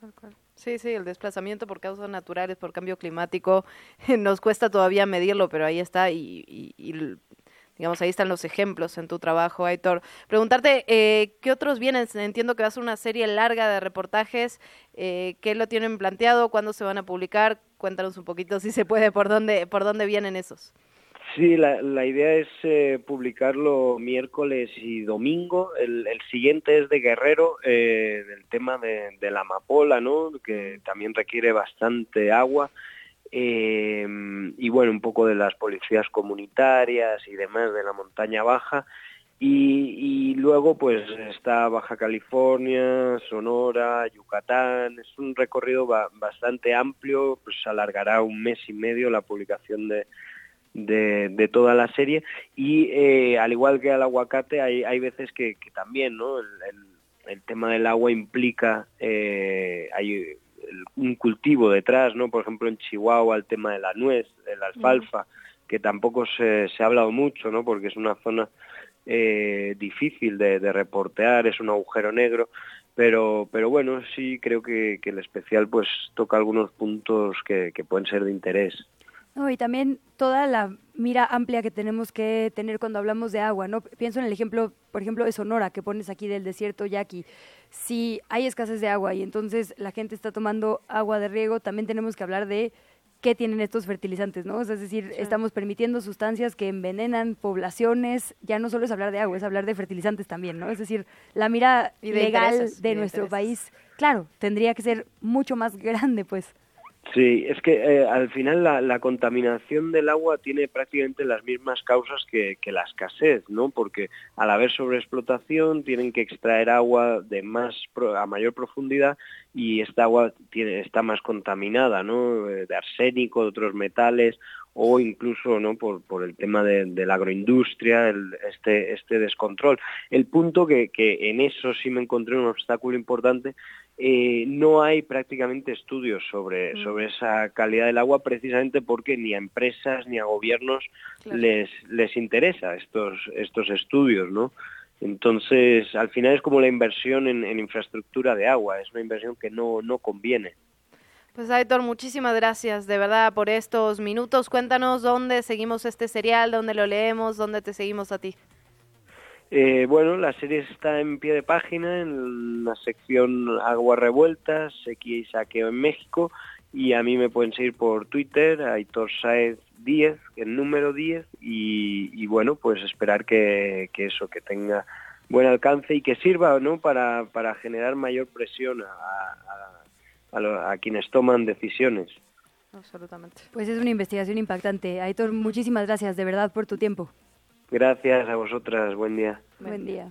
Sí, sí, el desplazamiento por causas naturales, por cambio climático, nos cuesta todavía medirlo, pero ahí está y... y, y digamos, ahí están los ejemplos en tu trabajo, Aitor. Preguntarte, eh, ¿qué otros vienen? Entiendo que va a ser una serie larga de reportajes. Eh, ¿Qué lo tienen planteado? ¿Cuándo se van a publicar? Cuéntanos un poquito, si se puede, por dónde por dónde vienen esos. Sí, la, la idea es eh, publicarlo miércoles y domingo. El, el siguiente es de Guerrero, eh, del tema de, de la amapola, ¿no?, que también requiere bastante agua. Eh, y bueno, un poco de las policías comunitarias y demás de la montaña baja, y, y luego pues está Baja California, Sonora, Yucatán. Es un recorrido ba- bastante amplio, pues alargará un mes y medio la publicación de, de, de toda la serie, y eh, al igual que al aguacate hay, hay veces que, que también, ¿no?, el, el, el tema del agua implica, eh, hay un cultivo detrás, ¿no? Por ejemplo, en Chihuahua el tema de la nuez, de la alfalfa, mm. que tampoco se, se ha hablado mucho, ¿no?, porque es una zona eh, difícil de, de reportear, es un agujero negro, pero pero bueno, sí creo que, que el especial pues toca algunos puntos que, que pueden ser de interés. No, y también toda la mira amplia que tenemos que tener cuando hablamos de agua, ¿no? Pienso en el ejemplo, por ejemplo, de Sonora, que pones aquí del desierto yaqui. Si hay escasez de agua y entonces la gente está tomando agua de riego, también tenemos que hablar de qué tienen estos fertilizantes, ¿no? O sea, es decir, sí. estamos permitiendo sustancias que envenenan poblaciones. Ya no solo es hablar de agua, es hablar de fertilizantes también, ¿no? Es decir, la mira y de legal de, de nuestro intereses. país, claro, tendría que ser mucho más grande, pues. Sí, es que eh, al final la, la contaminación del agua tiene prácticamente las mismas causas que, que la escasez, ¿no? Porque al haber sobreexplotación tienen que extraer agua de más pro, a mayor profundidad y esta agua tiene, está más contaminada, ¿no? De arsénico, de otros metales o incluso no por, por el tema de, de la agroindustria, el, este, este descontrol. El punto que, que en eso sí me encontré un obstáculo importante. Eh, no hay prácticamente estudios sobre, mm. sobre esa calidad del agua, precisamente porque ni a empresas ni a gobiernos claro. les, les interesa estos, estos estudios, ¿no? Entonces, al final es como la inversión en, en infraestructura de agua, es una inversión que no, no conviene. Pues Aitor, muchísimas gracias de verdad por estos minutos. Cuéntanos dónde seguimos este serial, dónde lo leemos, dónde te seguimos a ti. Eh, bueno, la serie está en pie de página en la sección Aguas Revueltas, Sequía y Saqueo en México, y a mí me pueden seguir por Twitter, Aitor Sáez diez, el número diez, y, y bueno, pues esperar que, que eso, que tenga buen alcance y que sirva, ¿no? para, para generar mayor presión a, a, a, lo, a quienes toman decisiones. Absolutamente. Pues es una investigación impactante. Aitor, muchísimas gracias de verdad por tu tiempo. Gracias a vosotras, buen día. Buen día.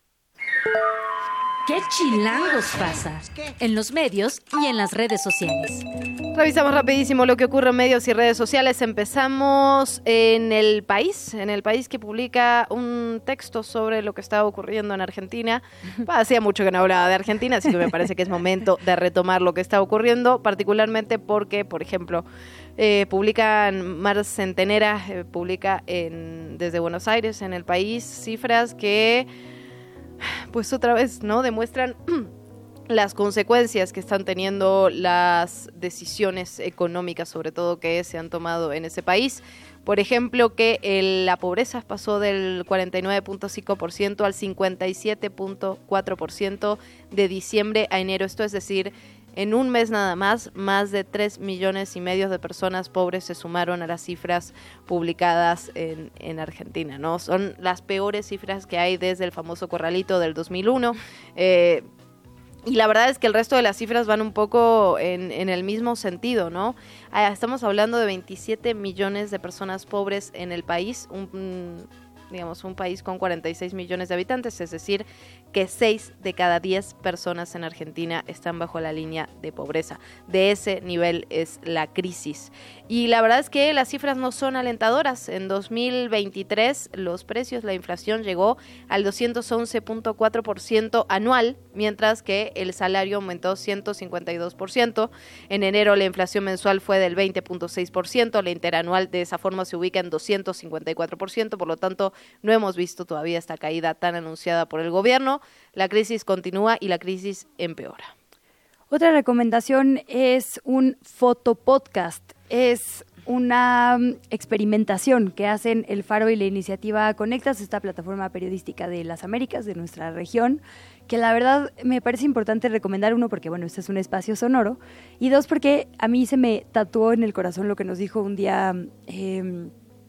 ¿Qué chilangos pasa? En los medios y en las redes sociales. Revisamos rapidísimo lo que ocurre en medios y redes sociales. Empezamos en El País, en El País que publica un texto sobre lo que estaba ocurriendo en Argentina. Bah, hacía mucho que no hablaba de Argentina, así que me parece que es momento de retomar lo que está ocurriendo, particularmente porque, por ejemplo, eh, publican Mar Centenera, eh, publica en, desde Buenos Aires, en El País, cifras que, pues otra vez, ¿no?, demuestran las consecuencias que están teniendo las decisiones económicas, sobre todo que se han tomado en ese país. Por ejemplo, que el, la pobreza pasó del cuarenta y nueve punto cinco por ciento al cincuenta y siete punto cuatro por ciento de diciembre a enero. Esto es decir, en un mes nada más, más de tres millones y medio de personas pobres se sumaron a las cifras publicadas en, en Argentina, ¿no? Son las peores cifras que hay desde el famoso corralito del dos mil uno. Eh, Y la verdad es que el resto de las cifras van un poco en, en el mismo sentido, ¿no? Ah, estamos hablando de veintisiete millones de personas pobres en el país, un, digamos, un país con cuarenta y seis millones de habitantes, es decir, que seis de cada diez personas en Argentina están bajo la línea de pobreza. De ese nivel es la crisis. Y la verdad es que las cifras no son alentadoras. En dos mil veintitrés los precios, la inflación llegó al doscientos once punto cuatro por ciento anual, mientras que el salario aumentó ciento cincuenta y dos por ciento. En enero la inflación mensual fue del veinte punto seis por ciento, la interanual de esa forma se ubica en doscientos cincuenta y cuatro por ciento, por lo tanto no hemos visto todavía esta caída tan anunciada por el gobierno. La crisis continúa y la crisis empeora. Otra recomendación es un fotopodcast. Es una experimentación que hacen El Faro y la iniciativa Conectas, esta plataforma periodística de las Américas, de nuestra región, que la verdad me parece importante recomendar, uno, porque bueno, este es un espacio sonoro, y dos, porque a mí se me tatuó en el corazón lo que nos dijo un día eh,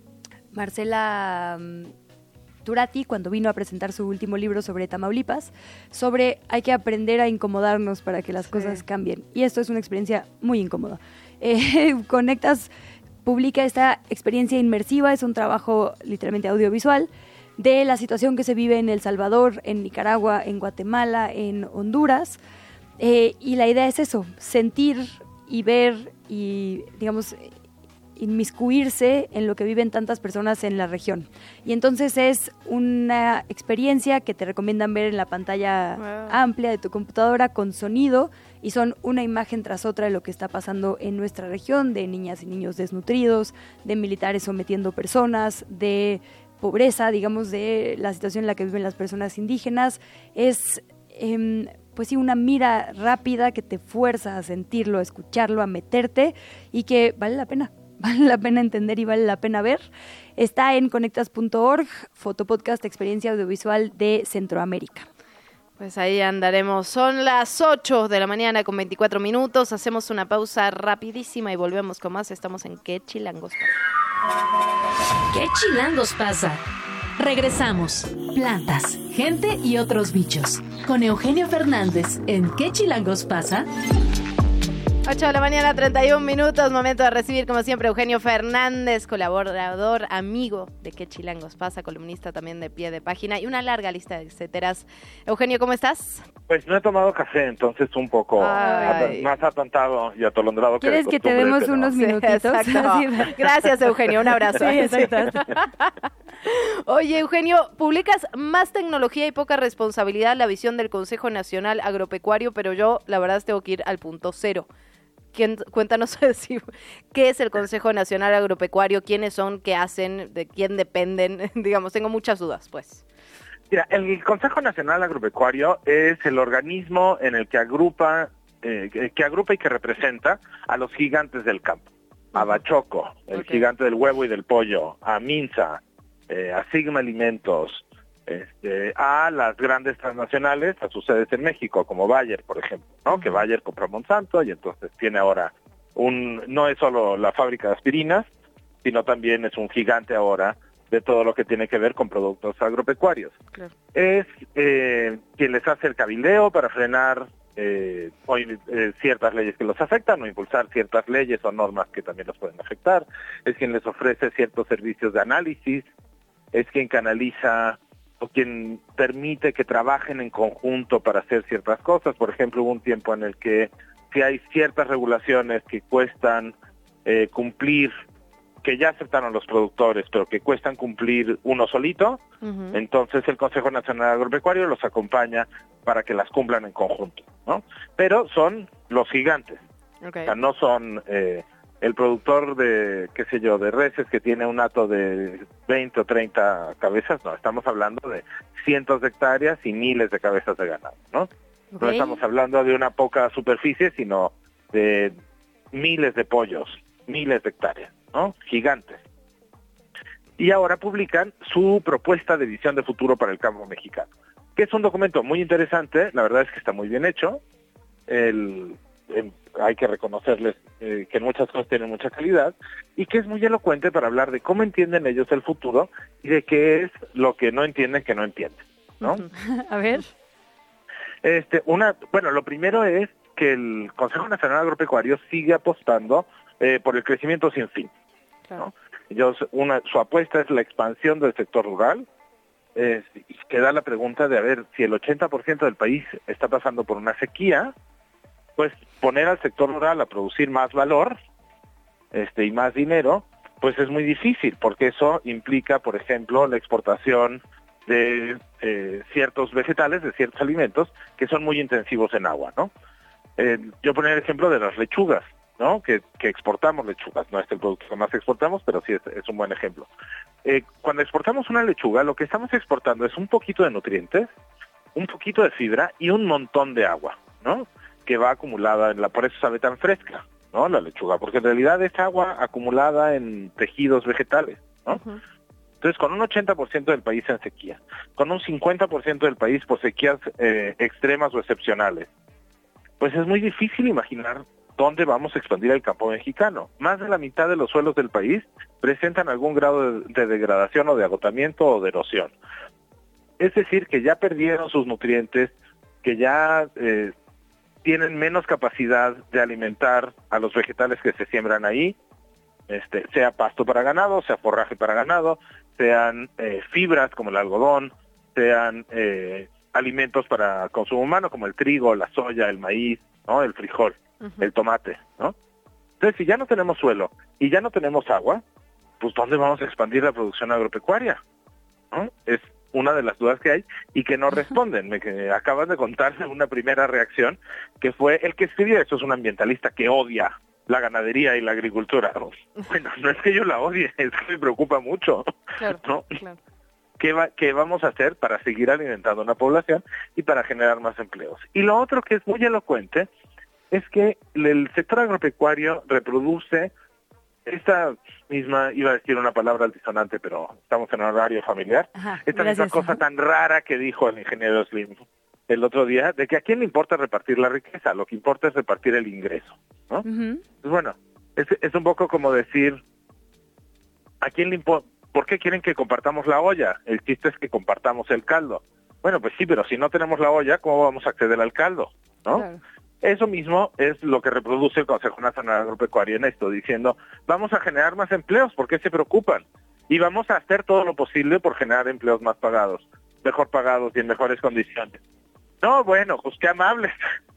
Marcela Turati cuando vino a presentar su último libro sobre Tamaulipas, sobre hay que aprender a incomodarnos para que las sí. cosas cambien. Y esto es una experiencia muy incómoda. Eh, Conectas publica esta experiencia inmersiva, es un trabajo literalmente audiovisual, de la situación que se vive en El Salvador, en Nicaragua, en Guatemala, en Honduras. Eh, y la idea es eso, sentir y ver y, digamos, inmiscuirse en lo que viven tantas personas en la región. Y entonces es una experiencia que te recomiendan ver en la pantalla wow. amplia de tu computadora con sonido, y son una imagen tras otra de lo que está pasando en nuestra región, de niñas y niños desnutridos, de militares sometiendo personas, de pobreza, digamos, de la situación en la que viven las personas indígenas. Es eh, pues sí, una mira rápida que te fuerza a sentirlo, a escucharlo, a meterte, y que vale la pena. vale la pena entender y vale la pena ver. Está en conectas punto org, Fotopodcast Experiencia Audiovisual de Centroamérica. Pues ahí andaremos. Son las ocho de la mañana con veinticuatro minutos. Hacemos una pausa rapidísima y volvemos con más. Estamos en ¿Qué chilangos pasa? ¿Qué chilangos pasa? Regresamos. Plantas, gente y otros bichos. Con Eugenio Fernández en ¿Qué chilangos pasa? ocho de la mañana, treinta y un minutos, momento de recibir como siempre Eugenio Fernández, colaborador, amigo de ¿Qué chilangos pasa?, columnista también de Pie de Página y una larga lista de etcéteras. Eugenio, ¿cómo estás? Pues no he tomado café, entonces un poco at- más atontado y atolondrado que de ¿Quieres que te demos pero... unos minutitos? Sí, Gracias, Eugenio, un abrazo. Sí, exacto. Oye, Eugenio, publicas más tecnología y poca responsabilidad, la visión del Consejo Nacional Agropecuario, pero yo la verdad tengo que ir al punto cero. ¿Quién, cuéntanos si, qué es el Consejo Nacional Agropecuario, quiénes son, qué hacen, de quién dependen, digamos, tengo muchas dudas, pues. Mira, el Consejo Nacional Agropecuario es el organismo en el que agrupa, eh, que, que agrupa y que representa a los gigantes del campo, a Bachoco, el okay. gigante del huevo y del pollo, a Minsa, eh, a Sigma Alimentos, Este, a las grandes transnacionales, a sus sedes en México, como Bayer, por ejemplo, ¿no? Uh-huh. Que Bayer compró Monsanto y entonces tiene ahora un, no es solo la fábrica de aspirinas, sino también es un gigante ahora de todo lo que tiene que ver con productos agropecuarios. Claro. Es eh, quien les hace el cabildeo para frenar eh, o, eh, ciertas leyes que los afectan o impulsar ciertas leyes o normas que también los pueden afectar. Es quien les ofrece ciertos servicios de análisis, es quien canaliza o quien permite que trabajen en conjunto para hacer ciertas cosas. Por ejemplo, hubo un tiempo en el que si hay ciertas regulaciones que cuestan eh, cumplir, que ya aceptaron los productores, pero que cuestan cumplir uno solito, uh-huh. entonces el Consejo Nacional Agropecuario los acompaña para que las cumplan en conjunto, ¿no? Pero son los gigantes, okay. O sea, no son... Eh, el productor de, qué sé yo, de reses que tiene un hato de veinte o treinta cabezas, no, estamos hablando de cientos de hectáreas y miles de cabezas de ganado, ¿no? Okay. No estamos hablando de una poca superficie, sino de miles de pollos, miles de hectáreas, ¿no? Gigantes. Y ahora publican su propuesta de visión de futuro para el campo mexicano, que es un documento muy interesante, la verdad es que está muy bien hecho, el... el hay que reconocerles eh, que en muchas cosas tienen mucha calidad y que es muy elocuente para hablar de cómo entienden ellos el futuro y de qué es lo que no entienden que no entienden, ¿no? A ver. Este, una, bueno, lo primero es que el Consejo Nacional Agropecuario sigue apostando eh, por el crecimiento sin fin, ¿no? Ellos, una, su apuesta es la expansión del sector rural, eh, que da la pregunta de, a ver, si el ochenta por ciento del país está pasando por una sequía, pues poner al sector rural a producir más valor este y más dinero, pues es muy difícil, porque eso implica, por ejemplo, la exportación de eh, ciertos vegetales, de ciertos alimentos, que son muy intensivos en agua, ¿no? Eh, yo ponía el ejemplo de las lechugas, ¿no? Que, que exportamos lechugas, no es el producto que más exportamos, pero sí es, es un buen ejemplo. Eh, cuando exportamos una lechuga, lo que estamos exportando es un poquito de nutrientes, un poquito de fibra y un montón de agua, ¿no? Que va acumulada en la, por eso sabe tan fresca, ¿no? La lechuga, porque en realidad es agua acumulada en tejidos vegetales, ¿no? Uh-huh. Entonces, con un ochenta por ciento del país en sequía, con un cincuenta por ciento del país por sequías eh, extremas o excepcionales, pues es muy difícil imaginar dónde vamos a expandir el campo mexicano. Más de la mitad de los suelos del país presentan algún grado de, de degradación o de agotamiento o de erosión. Es decir, que ya perdieron sus nutrientes, que ya... Eh, tienen menos capacidad de alimentar a los vegetales que se siembran ahí, este, sea pasto para ganado, sea forraje para ganado, sean eh, fibras como el algodón, sean eh, alimentos para consumo humano como el trigo, la soya, el maíz, ¿no? El frijol, uh-huh. el tomate, ¿no? Entonces, si ya no tenemos suelo y ya no tenemos agua, pues ¿dónde vamos a expandir la producción agropecuaria? ¿No? Es una de las dudas que hay y que no responden. Me que acaban de contarse una primera reacción que fue el que escribió, esto es un ambientalista que odia la ganadería y la agricultura. Bueno, no es que yo la odie, es que me preocupa mucho, claro, ¿no? Claro. ¿Qué, va, ¿Qué vamos a hacer para seguir alimentando a una población y para generar más empleos? Y lo otro que es muy elocuente es que el sector agropecuario reproduce esta misma, iba a decir una palabra altisonante, pero estamos en horario familiar, Ajá, esta gracias. misma cosa tan rara que dijo el ingeniero Slim el otro día, de que a quién le importa repartir la riqueza, lo que importa es repartir el ingreso, ¿no? Uh-huh. Pues bueno, es, es un poco como decir, ¿a quién le importa? ¿Por qué quieren que compartamos la olla? El chiste es que compartamos el caldo. Bueno, pues sí, pero si no tenemos la olla, ¿cómo vamos a acceder al caldo? ¿No? Claro. Eso mismo es lo que reproduce el Consejo Nacional Agropecuario en esto, diciendo, vamos a generar más empleos, ¿por qué se preocupan? Y vamos a hacer todo lo posible por generar empleos más pagados, mejor pagados y en mejores condiciones. No, bueno, pues qué amables.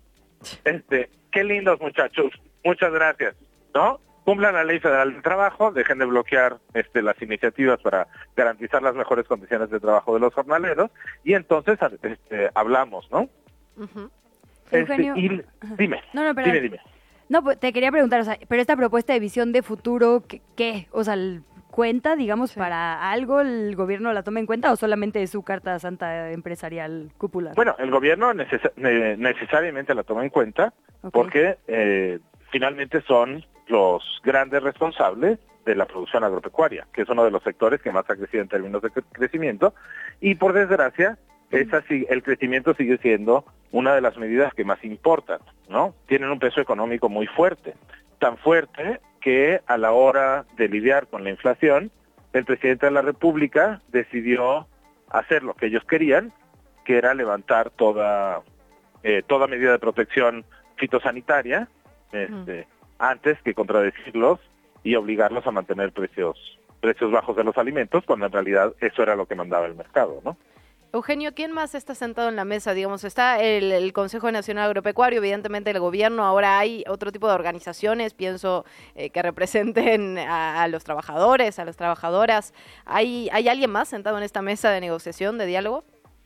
Este, qué lindos muchachos, muchas gracias, ¿no? Cumplan la Ley Federal del Trabajo, dejen de bloquear este, las iniciativas para garantizar las mejores condiciones de trabajo de los jornaleros y entonces este, hablamos, ¿no? Uh-huh. Este, Eugenio, y, dime, no, no, pero, dime, dime. No, pues, te quería preguntar, o sea, pero esta propuesta de visión de futuro, ¿qué? qué? O sea, ¿cuenta, digamos, sí. para algo? ¿El gobierno la toma en cuenta o solamente es su carta santa empresarial cupular? Bueno, el gobierno neces- necesariamente la toma en cuenta okay. porque eh, finalmente son los grandes responsables de la producción agropecuaria, que es uno de los sectores que más ha crecido en términos de cre- crecimiento, y por desgracia, es así, el crecimiento sigue siendo una de las medidas que más importan, ¿no? Tienen un peso económico muy fuerte, tan fuerte que a la hora de lidiar con la inflación, el presidente de la República decidió hacer lo que ellos querían, que era levantar toda, eh, toda medida de protección fitosanitaria, este, mm. antes que contradecirlos y obligarlos a mantener precios precios bajos de los alimentos, cuando en realidad eso era lo que mandaba el mercado, ¿no? Eugenio, ¿quién más está sentado en la mesa? Digamos, está el, el Consejo Nacional Agropecuario, evidentemente el gobierno, ahora hay otro tipo de organizaciones, pienso, eh, que representen a, a los trabajadores, a las trabajadoras. ¿Hay, ¿Hay alguien más sentado en esta mesa de negociación, de diálogo?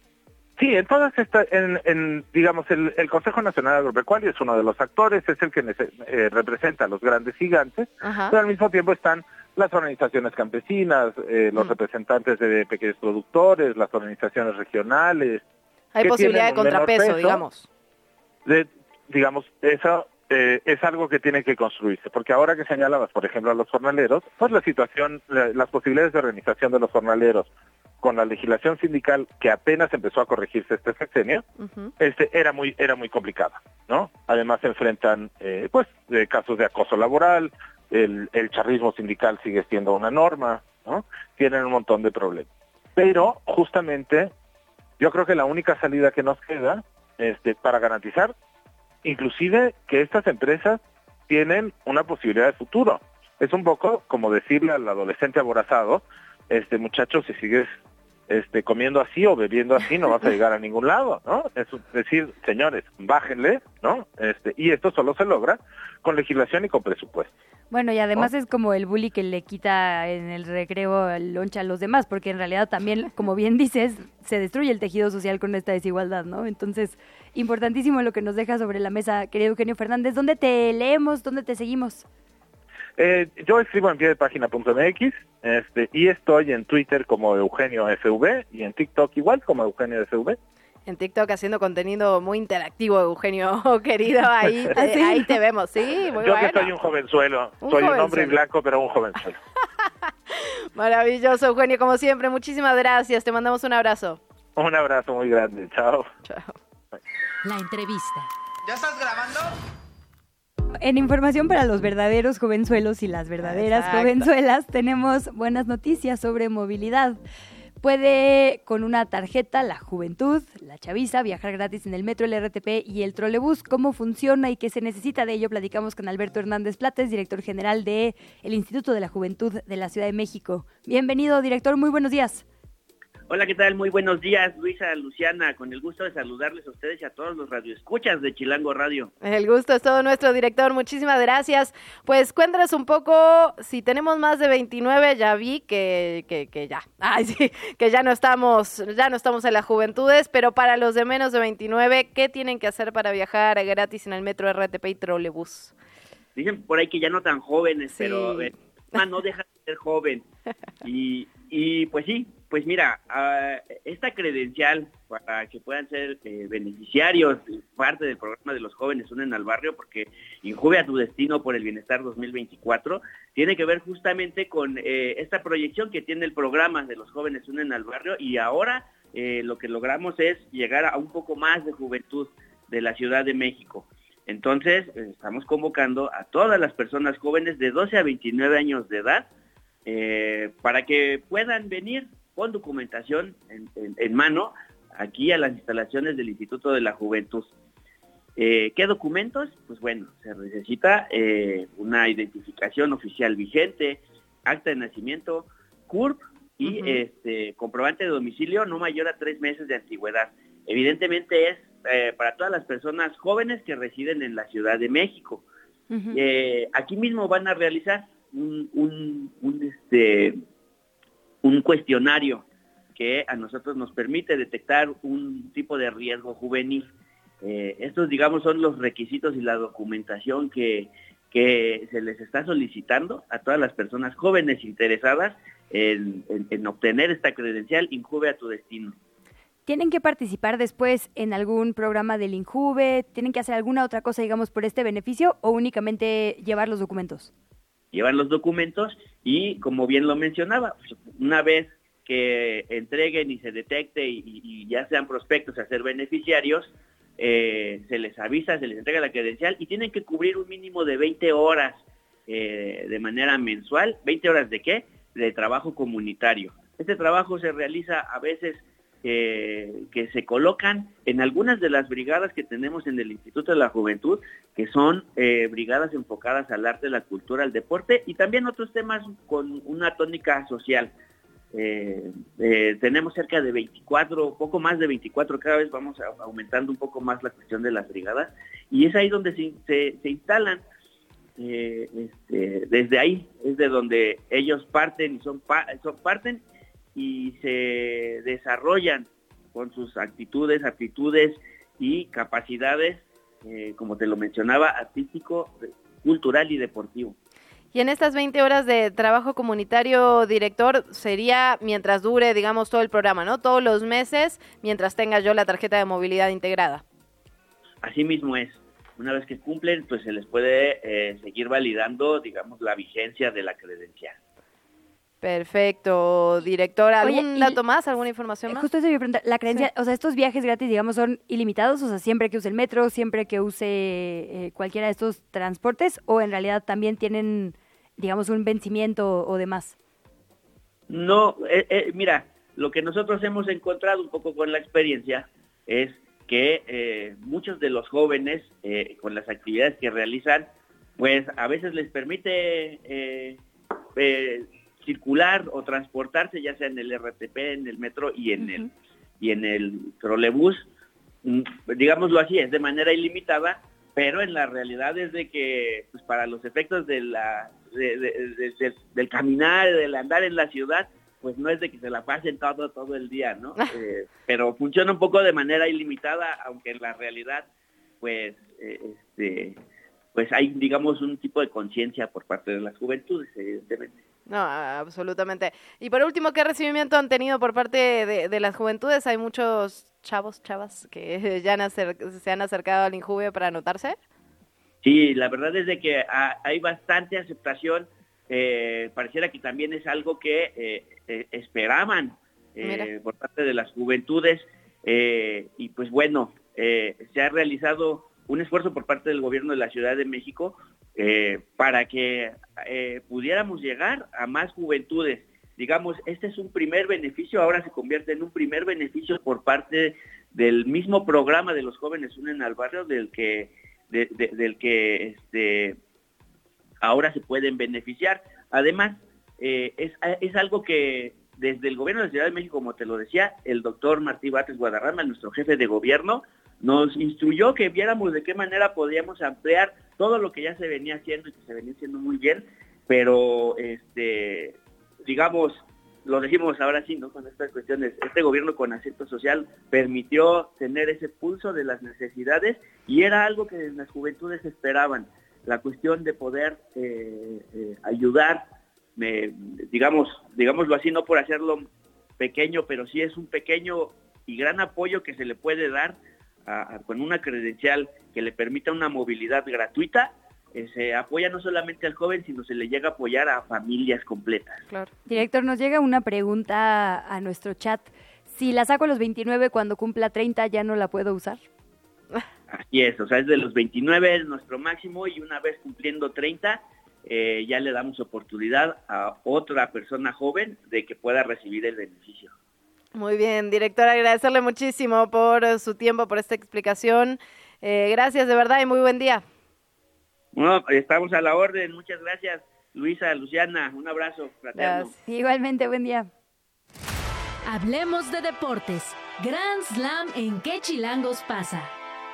Sí, en todas estas, en, en, digamos, el, el Consejo Nacional Agropecuario es uno de los actores, es el que eh, representa a los grandes gigantes, Ajá. pero al mismo tiempo están las organizaciones campesinas, eh, los mm. representantes de pequeños productores, las organizaciones regionales. Hay posibilidad de contrapeso, peso, digamos. De, digamos, eso eh, es algo que tiene que construirse, porque ahora que señalabas, por ejemplo, a los jornaleros, pues la situación, la, las posibilidades de organización de los jornaleros con la legislación sindical que apenas empezó a corregirse este sexenio, uh-huh. este era muy era muy complicada, ¿no? Además se enfrentan eh, pues eh, casos de acoso laboral, el, el charrismo sindical sigue siendo una norma, ¿no? Tienen un montón de problemas. Pero justamente yo creo que la única salida que nos queda este para garantizar inclusive que estas empresas tienen una posibilidad de futuro. Es un poco como decirle al adolescente aborazado, este muchacho, si sigues este comiendo así o bebiendo así no vas a llegar a ningún lado, ¿no? Es decir, señores, bájenle, ¿no? Este y esto solo se logra con legislación y con presupuesto. Bueno, y además ¿no? es como el bully que le quita en el recreo el loncha a los demás, porque en realidad también, como bien dices, se destruye el tejido social con esta desigualdad, ¿no? Entonces, importantísimo lo que nos deja sobre la mesa, querido Eugenio Fernández. ¿Dónde te leemos? ¿Dónde te seguimos? Eh, yo escribo en pie de página punto m x este, y estoy en Twitter como Eugenio F V y en TikTok igual como Eugenio F V. En TikTok haciendo contenido muy interactivo, Eugenio, querido, ahí te, ¿Sí? ahí te vemos, sí, muy Yo bueno. que soy un jovenzuelo, un soy jovenzuelo. un hombre blanco, pero un jovenzuelo. Maravilloso, Eugenio, como siempre, muchísimas gracias, te mandamos un abrazo. Un abrazo muy grande, chao. Chao. La entrevista. ¿Ya estás grabando? En información para los verdaderos jovenzuelos y las verdaderas Exacto. jovenzuelas, tenemos buenas noticias sobre movilidad. Puede, con una tarjeta, la juventud, la chaviza, viajar gratis en el metro, el R T P y el trolebús. ¿Cómo funciona y qué se necesita de ello? Platicamos con Alberto Hernández Plates, director general del Instituto de la Juventud de la Ciudad de México. Bienvenido, director, muy buenos días. Hola, ¿qué tal? Muy buenos días, Luisa, Luciana, con el gusto de saludarles a ustedes y a todos los radioescuchas de Chilango Radio. El gusto es todo nuestro, director, muchísimas gracias. Pues cuéntanos un poco, si tenemos más de veintinueve, ya vi que, que, que ya, ay, sí, que ya no estamos, ya no estamos en las juventudes, pero para los de menos de veintinueve, ¿qué tienen que hacer para viajar gratis en el metro, R T P y trolebús? Dicen por ahí que ya no tan jóvenes, Sí. pero... Eh, no deja de ser joven. Y, y pues sí, pues mira, uh, esta credencial para que puedan ser eh, beneficiarios, parte del programa de los jóvenes unen al barrio, porque Injuve a tu destino por el bienestar dos mil veinticuatro, tiene que ver justamente con eh, esta proyección que tiene el programa de los jóvenes unen al barrio, y ahora eh, lo que logramos es llegar a un poco más de juventud de la Ciudad de México. Entonces, eh, estamos convocando a todas las personas jóvenes de doce a veintinueve años de edad eh, para que puedan venir con documentación en, en, en mano aquí a las instalaciones del Instituto de la Juventud. Eh, ¿Qué documentos? Pues bueno, se necesita eh, una identificación oficial vigente, acta de nacimiento, C U R P y uh-huh. este comprobante de domicilio no mayor a tres meses de antigüedad. Evidentemente es eh, para todas las personas jóvenes que residen en la Ciudad de México. Uh-huh. Eh, aquí mismo van a realizar un, un, un este un cuestionario que a nosotros nos permite detectar un tipo de riesgo juvenil. Eh, estos, digamos, son los requisitos y la documentación que, que se les está solicitando a todas las personas jóvenes interesadas en, en, en obtener esta credencial Injuve a tu destino. ¿Tienen que participar después en algún programa del Injuve? ¿Tienen que hacer alguna otra cosa, digamos, por este beneficio o únicamente llevar los documentos? Llevan los documentos y, como bien lo mencionaba, una vez que entreguen y se detecte y, y ya sean prospectos a ser beneficiarios, eh, se les avisa, se les entrega la credencial y tienen que cubrir un mínimo de veinte horas eh, de manera mensual. ¿veinte horas de qué? De trabajo comunitario. Este trabajo se realiza a veces eh, que se colocan en algunas de las brigadas que tenemos en el Instituto de la Juventud, que son eh, brigadas enfocadas al arte, la cultura, al deporte y también otros temas con una tónica social. Eh, eh, tenemos cerca de veinticuatro, poco más de veinticuatro, cada vez vamos a, aumentando un poco más la cuestión de las brigadas, y es ahí donde se, se, se instalan, eh, este, desde ahí es de donde ellos parten y son, pa, son parten y se desarrollan con sus actitudes, aptitudes y capacidades, eh, como te lo mencionaba, artístico, cultural y deportivo. Y en estas veinte horas de trabajo comunitario, director, sería mientras dure, digamos, todo el programa, ¿no? Todos los meses, mientras tenga yo la tarjeta de movilidad integrada. Así mismo es. Una vez que cumplen, pues se les puede eh, seguir validando, digamos, la vigencia de la credencial. Perfecto, director. ¿Algún Oye, dato más? ¿Alguna información más? Justo eso yo preguntar, la credencial, sí. O sea, estos viajes gratis, digamos, son ilimitados, o sea, siempre que use el metro, siempre que use eh, cualquiera de estos transportes, o en realidad también tienen, digamos, un vencimiento o demás. No, eh, eh, mira, lo que nosotros hemos encontrado un poco con la experiencia es que eh, muchos de los jóvenes, eh, con las actividades que realizan, pues a veces les permite eh, eh, circular o transportarse, ya sea en el R T P, en el metro y en uh-huh. el y en el trolebús, digámoslo así, es de manera ilimitada, pero en la realidad es de que, pues para los efectos de la de, de, de, de, del caminar, del andar en la ciudad, pues no es de que se la pasen todo todo el día, ¿no? eh, pero funciona un poco de manera ilimitada, aunque en la realidad, pues, eh, este, pues hay, digamos, un tipo de conciencia por parte de las juventudes, evidentemente. No, absolutamente. Y por último, ¿qué recibimiento han tenido por parte de, de las juventudes? ¿Hay muchos chavos, chavas que ya han acer- se han acercado al Injuve para anotarse? Sí, la verdad es de que ha, hay bastante aceptación. Eh, pareciera que también es algo que eh, eh, esperaban eh, por parte de las juventudes. Eh, y pues bueno, eh, se ha realizado un esfuerzo por parte del gobierno de la Ciudad de México eh, para que eh, pudiéramos llegar a más juventudes. Digamos, este es un primer beneficio, ahora se convierte en un primer beneficio por parte del mismo programa de los jóvenes unen al barrio, del que, de, de, del que este, ahora se pueden beneficiar. Además, eh, es, es algo que desde el gobierno de la Ciudad de México, como te lo decía, el doctor Martí Batres Guadarrama, nuestro jefe de gobierno, nos instruyó que viéramos de qué manera podíamos ampliar todo lo que ya se venía haciendo y que se venía haciendo muy bien, pero este digamos, lo dijimos ahora sí, ¿no? Con estas cuestiones, este gobierno con acento social permitió tener ese pulso de las necesidades y era algo que las juventudes esperaban, la cuestión de poder eh, eh, ayudar me, digamos, digámoslo así, no por hacerlo pequeño, pero sí es un pequeño y gran apoyo que se le puede dar a, a, con una credencial que le permita una movilidad gratuita. Eh, se apoya no solamente al joven, sino se le llega a apoyar a familias completas. Claro. Director, nos llega una pregunta a nuestro chat. Si la saco a los veintinueve, cuando cumpla treinta, ¿ya no la puedo usar? Así es, o sea, es de los veintinueve es nuestro máximo, y una vez cumpliendo treinta, eh, ya le damos oportunidad a otra persona joven de que pueda recibir el beneficio. Muy bien, director, agradecerle muchísimo por su tiempo, por esta explicación. Eh, gracias de verdad y muy buen día. Bueno, estamos a la orden, muchas gracias, Luisa, Luciana, un abrazo fraterno. Gracias. Igualmente, buen día. Hablemos de deportes. Grand Slam en ¿Qué chilangos pasa?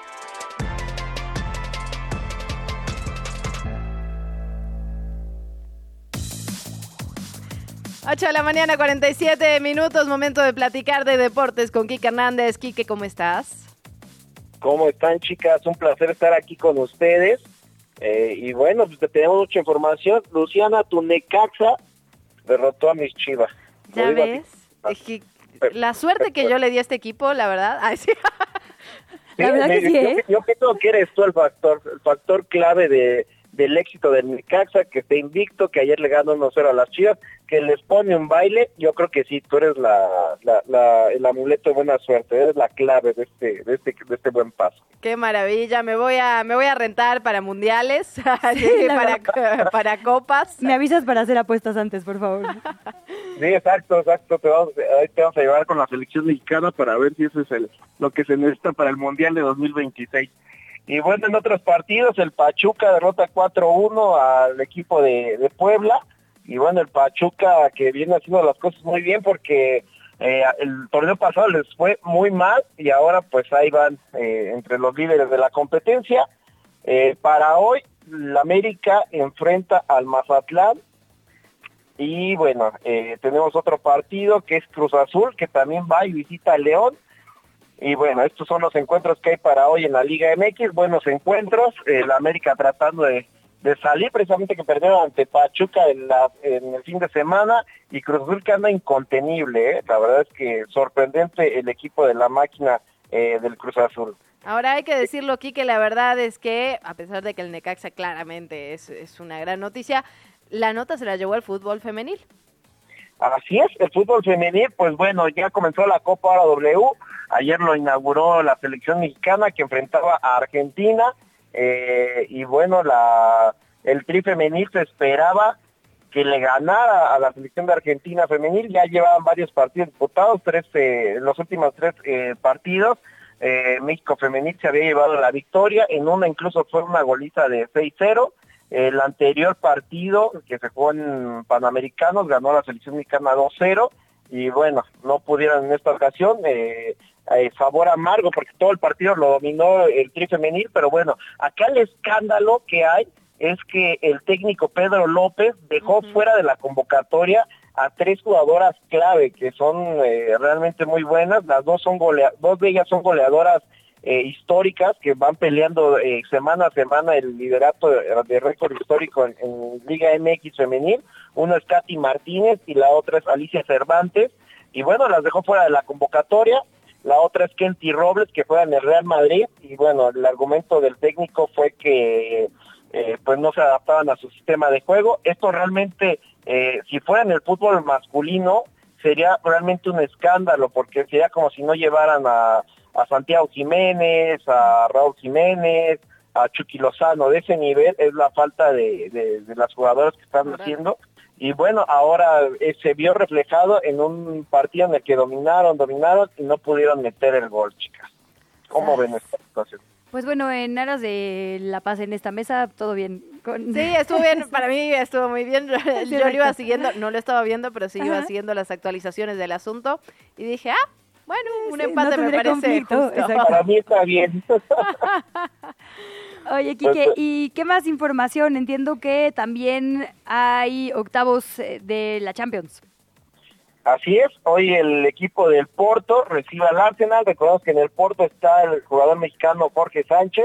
ocho de la mañana, cuarenta y siete minutos, momento de platicar de deportes con Quique Hernández. Quique, ¿cómo estás? ¿Cómo están, chicas? Un placer estar aquí con ustedes. Eh, y bueno, pues tenemos mucha información. Luciana, tu Necaxa derrotó a mis Chivas. ¿Ya ves? Es que la suerte que yo le di a este equipo, la verdad. Ay, sí. La verdad que sí, ¿eh? Yo, yo creo que eres tú el factor, el factor clave de del éxito del Necaxa, que está invicto, que ayer le ganó uno cero a las Chivas, que les pone un baile. Yo creo que sí, tú eres la, la, la el amuleto de buena suerte, eres la clave de este, de este, de este buen paso. Qué maravilla, me voy a, me voy a rentar para mundiales, sí, para, para copas. Me avisas para hacer apuestas antes, por favor. Sí, exacto, exacto, te vamos, ahí te vamos a llevar con la selección mexicana para ver si eso es el, lo que se necesita para el Mundial de dos mil veintiséis. Y bueno, en otros partidos, el Pachuca derrota cuatro uno al equipo de, de Puebla. Y bueno, el Pachuca que viene haciendo las cosas muy bien, porque eh, el torneo pasado les fue muy mal y ahora pues ahí van eh, entre los líderes de la competencia. Eh, para hoy, la América enfrenta al Mazatlán. Y bueno, eh, tenemos otro partido que es Cruz Azul, que también va y visita a León. Y bueno, estos son los encuentros que hay para hoy en la Liga M X, buenos encuentros, eh, la América tratando de, de salir, precisamente que perdieron ante Pachuca en, la, en el fin de semana, y Cruz Azul que anda incontenible, ¿eh? La verdad es que sorprendente el equipo de la máquina eh, del Cruz Azul. Ahora hay que decirlo aquí, que la verdad es que, a pesar de que el Necaxa claramente es, es una gran noticia, la nota se la llevó el fútbol femenil. Así es, el fútbol femenil, pues bueno, ya comenzó la Copa W, ayer lo inauguró la selección mexicana que enfrentaba a Argentina, eh, y bueno, la el tri femenil se esperaba que le ganara a la selección de Argentina femenil, ya llevaban varios partidos disputados, tres, eh, los últimos tres eh, partidos, eh, México femenil se había llevado la victoria, en una incluso fue una goliza de seis cero. El anterior partido que se jugó en Panamericanos ganó la selección mexicana dos cero, y bueno, no pudieron en esta ocasión, eh, eh, sabor amargo porque todo el partido lo dominó el tri femenil, pero bueno, acá el escándalo que hay es que el técnico Pedro López dejó uh-huh. fuera de la convocatoria a tres jugadoras clave que son eh, realmente muy buenas, las dos son golea- dos de ellas son goleadoras Eh, históricas que van peleando eh, semana a semana el liderato de, de récord histórico en, en Liga M X femenil. Uno es Katy Martínez y la otra es Alicia Cervantes, y bueno, las dejó fuera de la convocatoria. La otra es Kenty Robles, que juega en el Real Madrid, y bueno, el argumento del técnico fue que eh, pues no se adaptaban a su sistema de juego. Esto realmente, eh, si fuera en el fútbol masculino, sería realmente un escándalo, porque sería como si no llevaran a a Santiago Jiménez, a Raúl Jiménez, a Chucky Lozano. De ese nivel es la falta de, de, de las jugadoras que están haciendo, y bueno, ahora eh, se vio reflejado en un partido en el que dominaron, dominaron y no pudieron meter el gol, chicas. ¿Cómo ven esta situación? Pues bueno, en aras de la paz en esta mesa, todo bien. Con... Sí, estuvo bien, para mí estuvo muy bien. Yo lo iba siguiendo, no lo estaba viendo, pero sí iba Ajá. siguiendo las actualizaciones del asunto, y dije, ah, bueno, un sí, empate no me parece conflicto. Justo. Para mí está bien. Oye, Quique, ¿y qué más información? Entiendo que también hay octavos de la Champions. Así es, hoy el equipo del Porto recibe al Arsenal. Recordemos que en el Porto está el jugador mexicano Jorge Sánchez,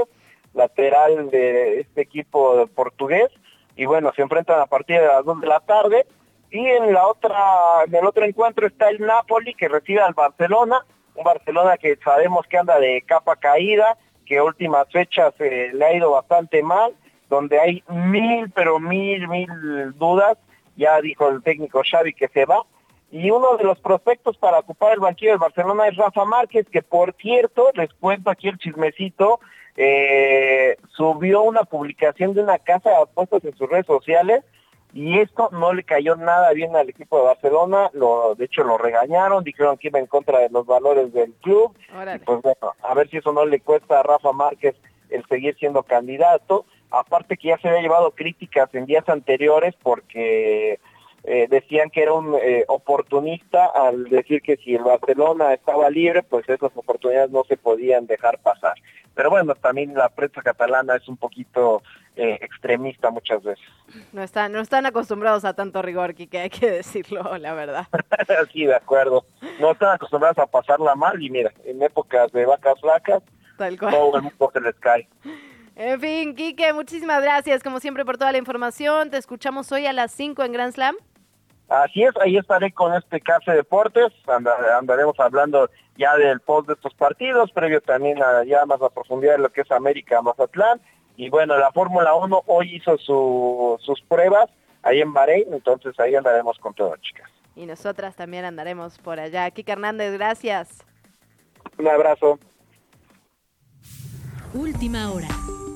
lateral de este equipo portugués, y bueno, se enfrentan a partir de las dos de la tarde. Y en la otra, en el otro encuentro está el Napoli, que recibe al Barcelona, un Barcelona que sabemos que anda de capa caída, que últimas fechas eh, le ha ido bastante mal, donde hay mil, pero mil, mil dudas. Ya dijo el técnico Xavi que se va. Y uno de los prospectos para ocupar el banquillo del Barcelona es Rafa Márquez, que por cierto, les cuento aquí el chismecito, eh, subió una publicación de una casa de apuestas en sus redes sociales, y esto no le cayó nada bien al equipo de Barcelona. Lo, de hecho lo regañaron, dijeron que iba en contra de los valores del club. Y pues bueno, a ver si eso no le cuesta a Rafa Márquez el seguir siendo candidato. Aparte que ya se había llevado críticas en días anteriores porque eh, decían que era un eh, oportunista al decir que si el Barcelona estaba libre, pues esas oportunidades no se podían dejar pasar. Pero bueno, también la prensa catalana es un poquito eh, extremista muchas veces. No están, no están acostumbrados a tanto rigor, Quique, hay que decirlo, la verdad. Sí, de acuerdo. No están acostumbrados a pasarla mal y mira, en épocas de vacas flacas, Tal cual. todo el mundo se les cae. En fin, Quique, muchísimas gracias, como siempre, por toda la información. Te escuchamos hoy a las cinco en Grand Slam. Así es, ahí estaré con este Café Deportes, And, andaremos hablando ya del post de estos partidos, previo también a, ya más a profundidad de lo que es América Mazatlán, y bueno, la Fórmula uno hoy hizo su, sus pruebas ahí en Bahrein, entonces ahí andaremos con todo, chicas. Y nosotras también andaremos por allá. Quique Hernández, gracias. Un abrazo. Última hora.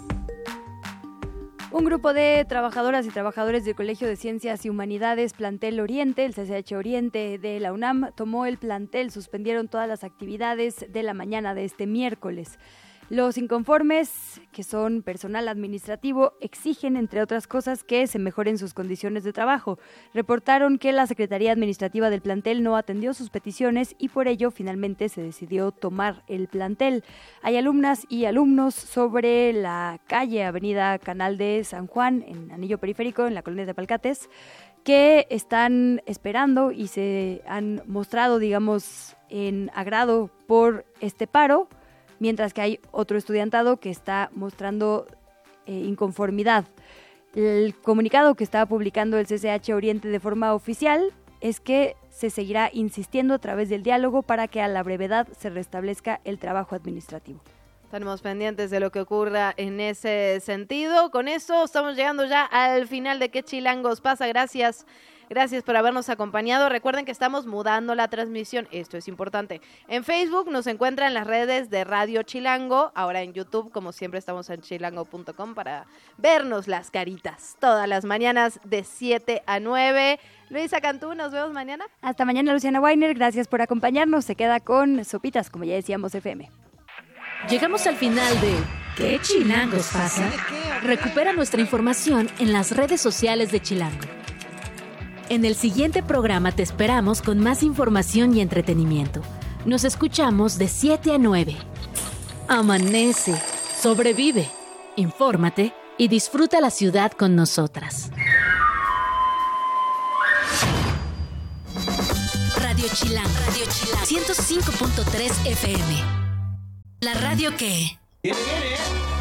Un grupo de trabajadoras y trabajadores del Colegio de Ciencias y Humanidades Plantel Oriente, el C C H Oriente de la UNAM, tomó el plantel, suspendieron todas las actividades de la mañana de este miércoles. Los inconformes, que son personal administrativo, exigen, entre otras cosas, que se mejoren sus condiciones de trabajo. Reportaron que la Secretaría Administrativa del plantel no atendió sus peticiones y por ello finalmente se decidió tomar el plantel. Hay alumnas y alumnos sobre la calle Avenida Canal de San Juan, en Anillo Periférico, en la colonia de Palcates, que están esperando y se han mostrado, digamos, en agrado por este paro, mientras que hay otro estudiantado que está mostrando eh, inconformidad. El comunicado que está publicando el C C H Oriente de forma oficial es que se seguirá insistiendo a través del diálogo para que a la brevedad se restablezca el trabajo administrativo. Estaremos pendientes de lo que ocurra en ese sentido. Con eso estamos llegando ya al final de ¿Qué chilangos pasa? Gracias. Gracias por habernos acompañado. Recuerden que estamos mudando la transmisión. Esto es importante. En Facebook nos encuentran en las redes de Radio Chilango. Ahora en YouTube, como siempre, estamos en chilango punto com para vernos las caritas. Todas las mañanas de siete a nueve. Luisa Cantú, nos vemos mañana. Hasta mañana, Luciana Weiner. Gracias por acompañarnos. Se queda con Sopitas, como ya decíamos, F M. Llegamos al final de ¿Qué chilangos pasa? Recupera nuestra información en las redes sociales de Chilango. En el siguiente programa te esperamos con más información y entretenimiento. Nos escuchamos de siete a nueve. Amanece, sobrevive, infórmate y disfruta la ciudad con nosotras. Radio Chilango, Radio Chilango, ciento cinco punto tres F M. La radio que... Viene, viene, ¿eh?